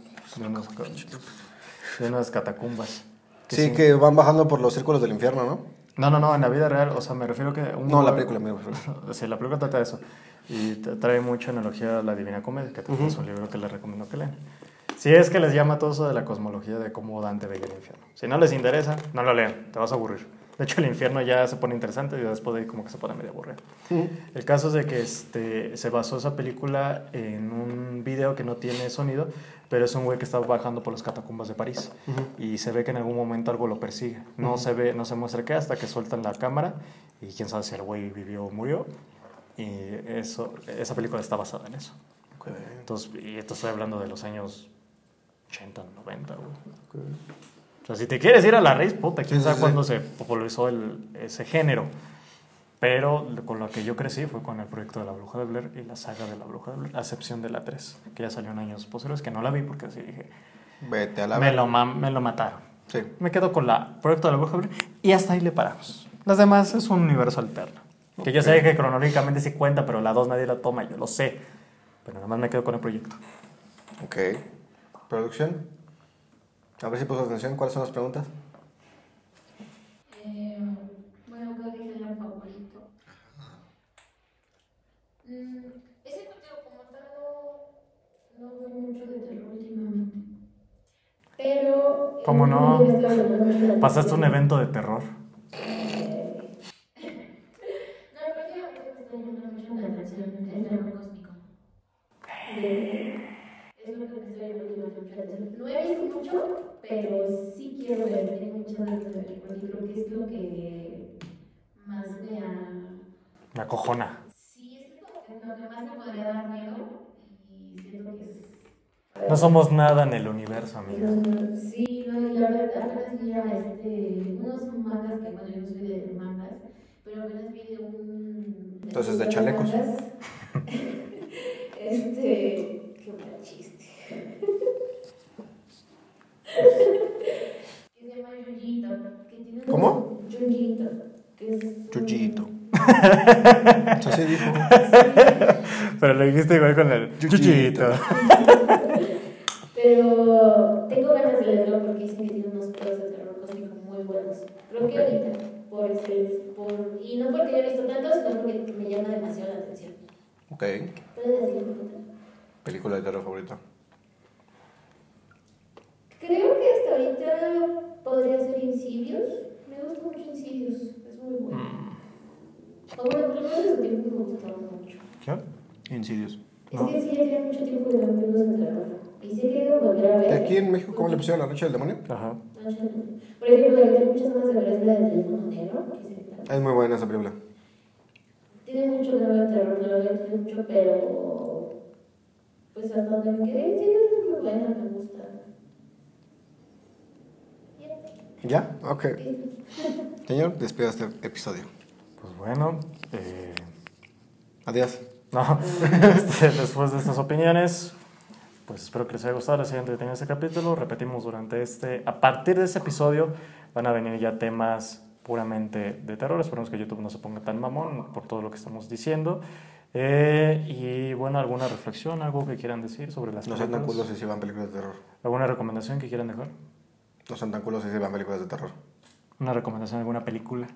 de unas catacumbas. Sí, que van bajando por los círculos del infierno, ¿no? No, en la vida real, o sea, me refiero que... la película, me refiero. Sí, la película trata de eso. Y trae mucha analogía a la Divina Comedia, que es un libro que les recomiendo que lean. Si es que les llama todo eso de la cosmología de cómo Dante veía el infierno. Si no les interesa, no lo lean, te vas a aburrir. De hecho, el infierno ya se pone interesante y después de ahí como que se pone medio aburrido. El caso es de que se basó esa película en un video que no tiene sonido, pero es un güey que está bajando por las catacumbas de París. Y se ve que en algún momento algo lo persigue. No se muestra qué hasta que sueltan la cámara y quién sabe si el güey vivió o murió. Y esa película está basada en eso. Okay. Entonces, y esto estoy hablando de los años 80, 90, güey. Okay. O sea, si te quieres ir a la raíz, puta, quién sabe cuándo se popularizó ese género. Pero con lo que yo crecí fue con el proyecto de La Bruja de Blair y la saga de La Bruja de Blair, a excepción de la 3, que ya salió en años posteriores, que no la vi porque así dije... Vete a la me lo mataron. Sí. Me quedo con el proyecto de La Bruja de Blair y hasta ahí le paramos. Las demás es un universo alterno. Que yo sé que cronológicamente sí cuenta, pero la 2 nadie la toma, yo lo sé. Pero nada más me quedo con el proyecto. Ok. ¿Producción? A ver si puso atención. ¿Cuáles son las preguntas? Bueno, creo que es el favorito. Ese partido como tal no veo mucho de terror últimamente. Pero... ¿Cómo no? ¿Pasaste un evento de terror? El terror cósmico. Es lo que me estoy llamando mucho la atención. No he visto mucho, pero sí quiero ver. Tengo muchas ganas de ver, porque creo que es lo que más me acojona. Sí, es lo que más me podría dar miedo. Y siento que es... No somos nada en el universo, amiga. Sí, la verdad, apenas vi unos mangas que, bueno, yo no soy de mangas, pero apenas vi de un... Entonces, de chalecos. Qué mal chiste. Que se llama Yuyito. ¿Cómo? Yuyito. Yuyito. Eso sí dijo. Pero lo dijiste igual con el Yuyito. Pero tengo ganas de leerlo porque dicen que tiene unos pedos de terror cósmico muy buenos. Creo que ahorita, por excelencia. Y no porque yo he visto tanto, sino porque me llama demasiado la atención. Ok. ¿Puedes decir? ¿Película de terror favorita? Creo que hasta ahorita podría ser Insidious. Me gusta mucho Insidious, es muy bueno. O bueno, por lo menos ese tiempo me gustaba mucho. ¿Qué? Insidious. Es que sí, ya tenía mucho tiempo que no vimos en terror. Y sí he querido volver a ver. ¿Aquí en México cómo le pusieron La Noche del Demonio? Ajá. Por ejemplo, la que tengo muchas ganas de ver es la del Teléfono Negro. Es muy buena esa película. Tiene mucho que no veo terror, no lo veo tiene mucho, pero pues hasta donde me quedé, sí, es muy buena, me gusta. ¿Ya? Ok. Señor, despida este episodio. Pues bueno, adiós. No, después de estas opiniones, pues espero que les haya gustado, les haya entretenido este capítulo. Repetimos a partir de este episodio van a venir ya temas puramente de terror. Esperemos que YouTube no se ponga tan mamón por todo lo que estamos diciendo. Y bueno, alguna reflexión, algo que quieran decir sobre las películas. No sean tan culos si se van películas de terror. ¿Alguna recomendación que quieran dejar? No sean tan culos si se van películas de terror. ¿Una recomendación de alguna película?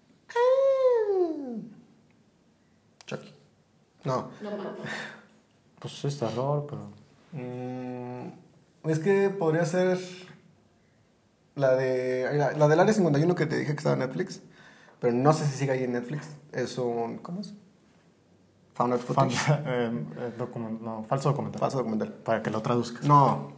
Chucky. No. Pues es terror, pero... Es que podría ser la del Área 51 que te dije que estaba en Netflix, pero no sé si sigue ahí en Netflix. Es un... ¿Cómo es? Found footage. Falso documental. Falso documental. Para que lo traduzcas. No.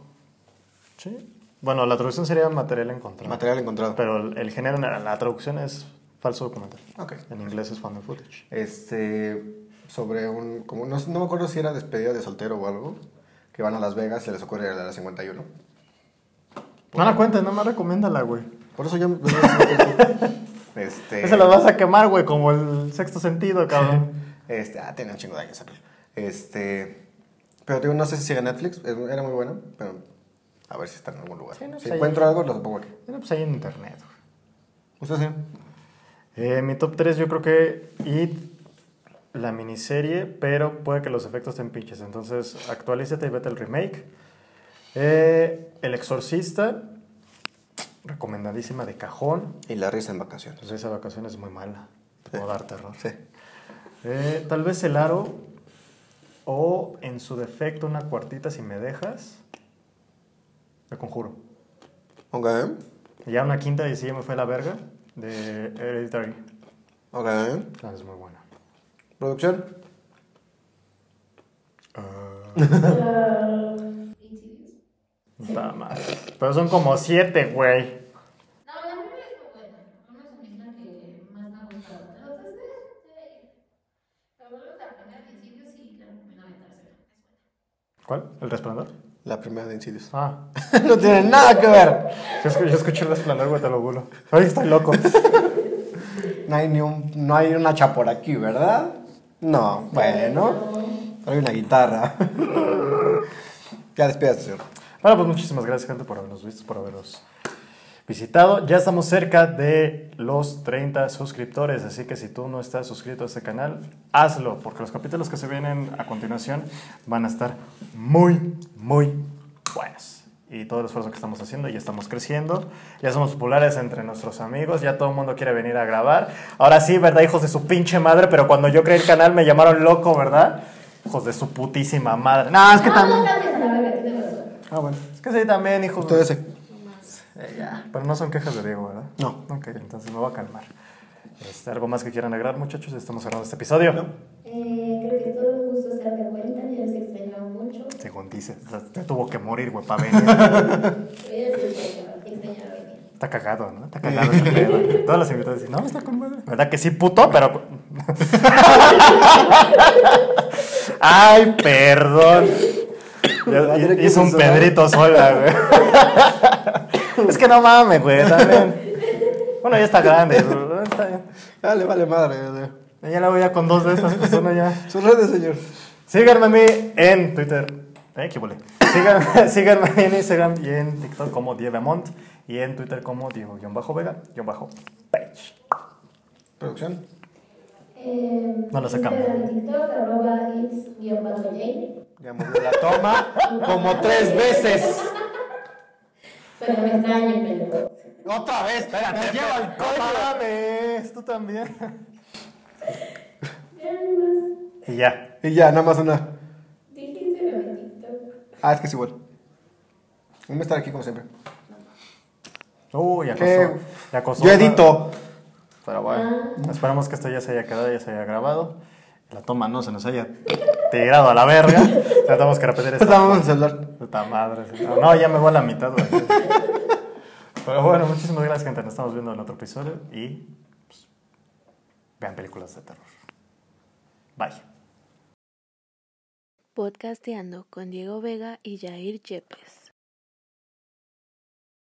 ¿Sí? Bueno, la traducción sería material encontrado. Material encontrado. Pero el género, la traducción es Falso documental. Ok. En inglés es found footage. Sobre como no me acuerdo si era despedida de soltero o algo, que van a Las Vegas y se les ocurre a la 51. No la cuentes, nada más recomiéndala, güey. Por eso yo... Ese lo vas a quemar, güey, como el Sexto Sentido, cabrón. Tiene un chingo de años esa película. Pero digo, no sé si sigue Netflix, era muy bueno, pero a ver si está en algún lugar. Sí, no, si pues encuentro algo, lo pongo aquí. Bueno, pues ahí en internet, güey. ¿Usted sí? Mi top 3 yo creo que It, la miniserie, pero puede que los efectos estén pinches. Entonces, actualízate y vete el remake. El Exorcista, recomendadísima de cajón. Y La risa en vacaciones. Pues esa vacación es muy mala. Te puedo dar terror. Sí. Tal vez El Aro, o en su defecto una cuartita si me dejas. Me Conjuro. Ok. Y ya una quinta y sí ya me fue a la verga, de Hereditary. Ok. Ah, es muy buena. ¿Producción? Insidious. Puta madre. Pero son como 7, güey. No, la primera es muy buena. Una es la que más me ha gustado. Las otras pero luego la primera de Insidious y la primera de tercera. Es buena. ¿Cuál? ¿El Resplandor? La primera de Insidious. Ah. No tiene nada que ver. Yo escuché El Resplandor, güey, te lo juro. Ay, estoy loco. No hay una hacha por aquí, ¿verdad? No, bueno. Hay una guitarra. Ya despídase, señor. Bueno, pues muchísimas gracias, gente, por habernos visto, por habernos visitado. Ya estamos cerca de los 30 suscriptores, así que si tú no estás suscrito a este canal, hazlo, porque los capítulos que se vienen a continuación van a estar muy, muy buenos. Y todo el esfuerzo que estamos haciendo, ya estamos creciendo, ya somos populares entre nuestros amigos, ya todo el mundo quiere venir a grabar. Ahora sí, ¿verdad, hijos de su pinche madre? Pero cuando yo creé el canal me llamaron loco, ¿verdad? Hijos de su putísima madre. No, es que también... No cambies a la verga, tienes razón. Ah, bueno. Es que sí, también, hijos. Usted ese. Ya. Pero no son quejas de Diego, ¿verdad? No. Ok, entonces me voy a calmar. ¿Algo más que quieran agregar, muchachos? Estamos cerrando este episodio. No. Creo que todo un gusto estar de vuelta. Ya los extrañaba mucho. Según dice, o sea, te tuvo que morir, güey, para venir. Extrañaba venir. Está cagado, ¿no? Está cagado este pedo. Todas las invitadas dicen, no, está con madre. ¿Verdad que sí, puto? Pero... Ay, perdón. Hizo un Pedrito sola, güey. Es que no mames, güey, también. Bueno, ya está grande. Está bien. Ya le vale madre. Ya la voy a con 2 de estas personas ya. Sus redes, señor. Síganme a mí en Twitter. ¿Qué volé? Síganme en Instagram y en TikTok como Dievamont. Y en Twitter como Diego-Vega-Page. ¿Producción? No lo sacamos. En TikTok, @its_jane. Ya movió la toma como 3 veces. Pero me extrañan, pero... Otra vez, espérate. ¡Me lleva el mames! Tú también. Y ya. Y ya, nada más una. Dijiste lo de TikTok. Ah, es que es igual. Voy a estar aquí como siempre. Ya ¿Qué? acosó. Ya acosó. Yo edito. Pero bueno, esperamos que esto ya se haya quedado, ya se haya grabado. La toma no se nos haya tirado a la verga. Tratamos que repetir esto. Estábamos en el celular. Puta madre. No, ya me voy a la mitad, güey. Pero bueno, muchísimas gracias, gente. Nos estamos viendo en otro episodio y pues, vean películas de terror. Bye. Podcasteando con Diego Vega y Jair Yepes.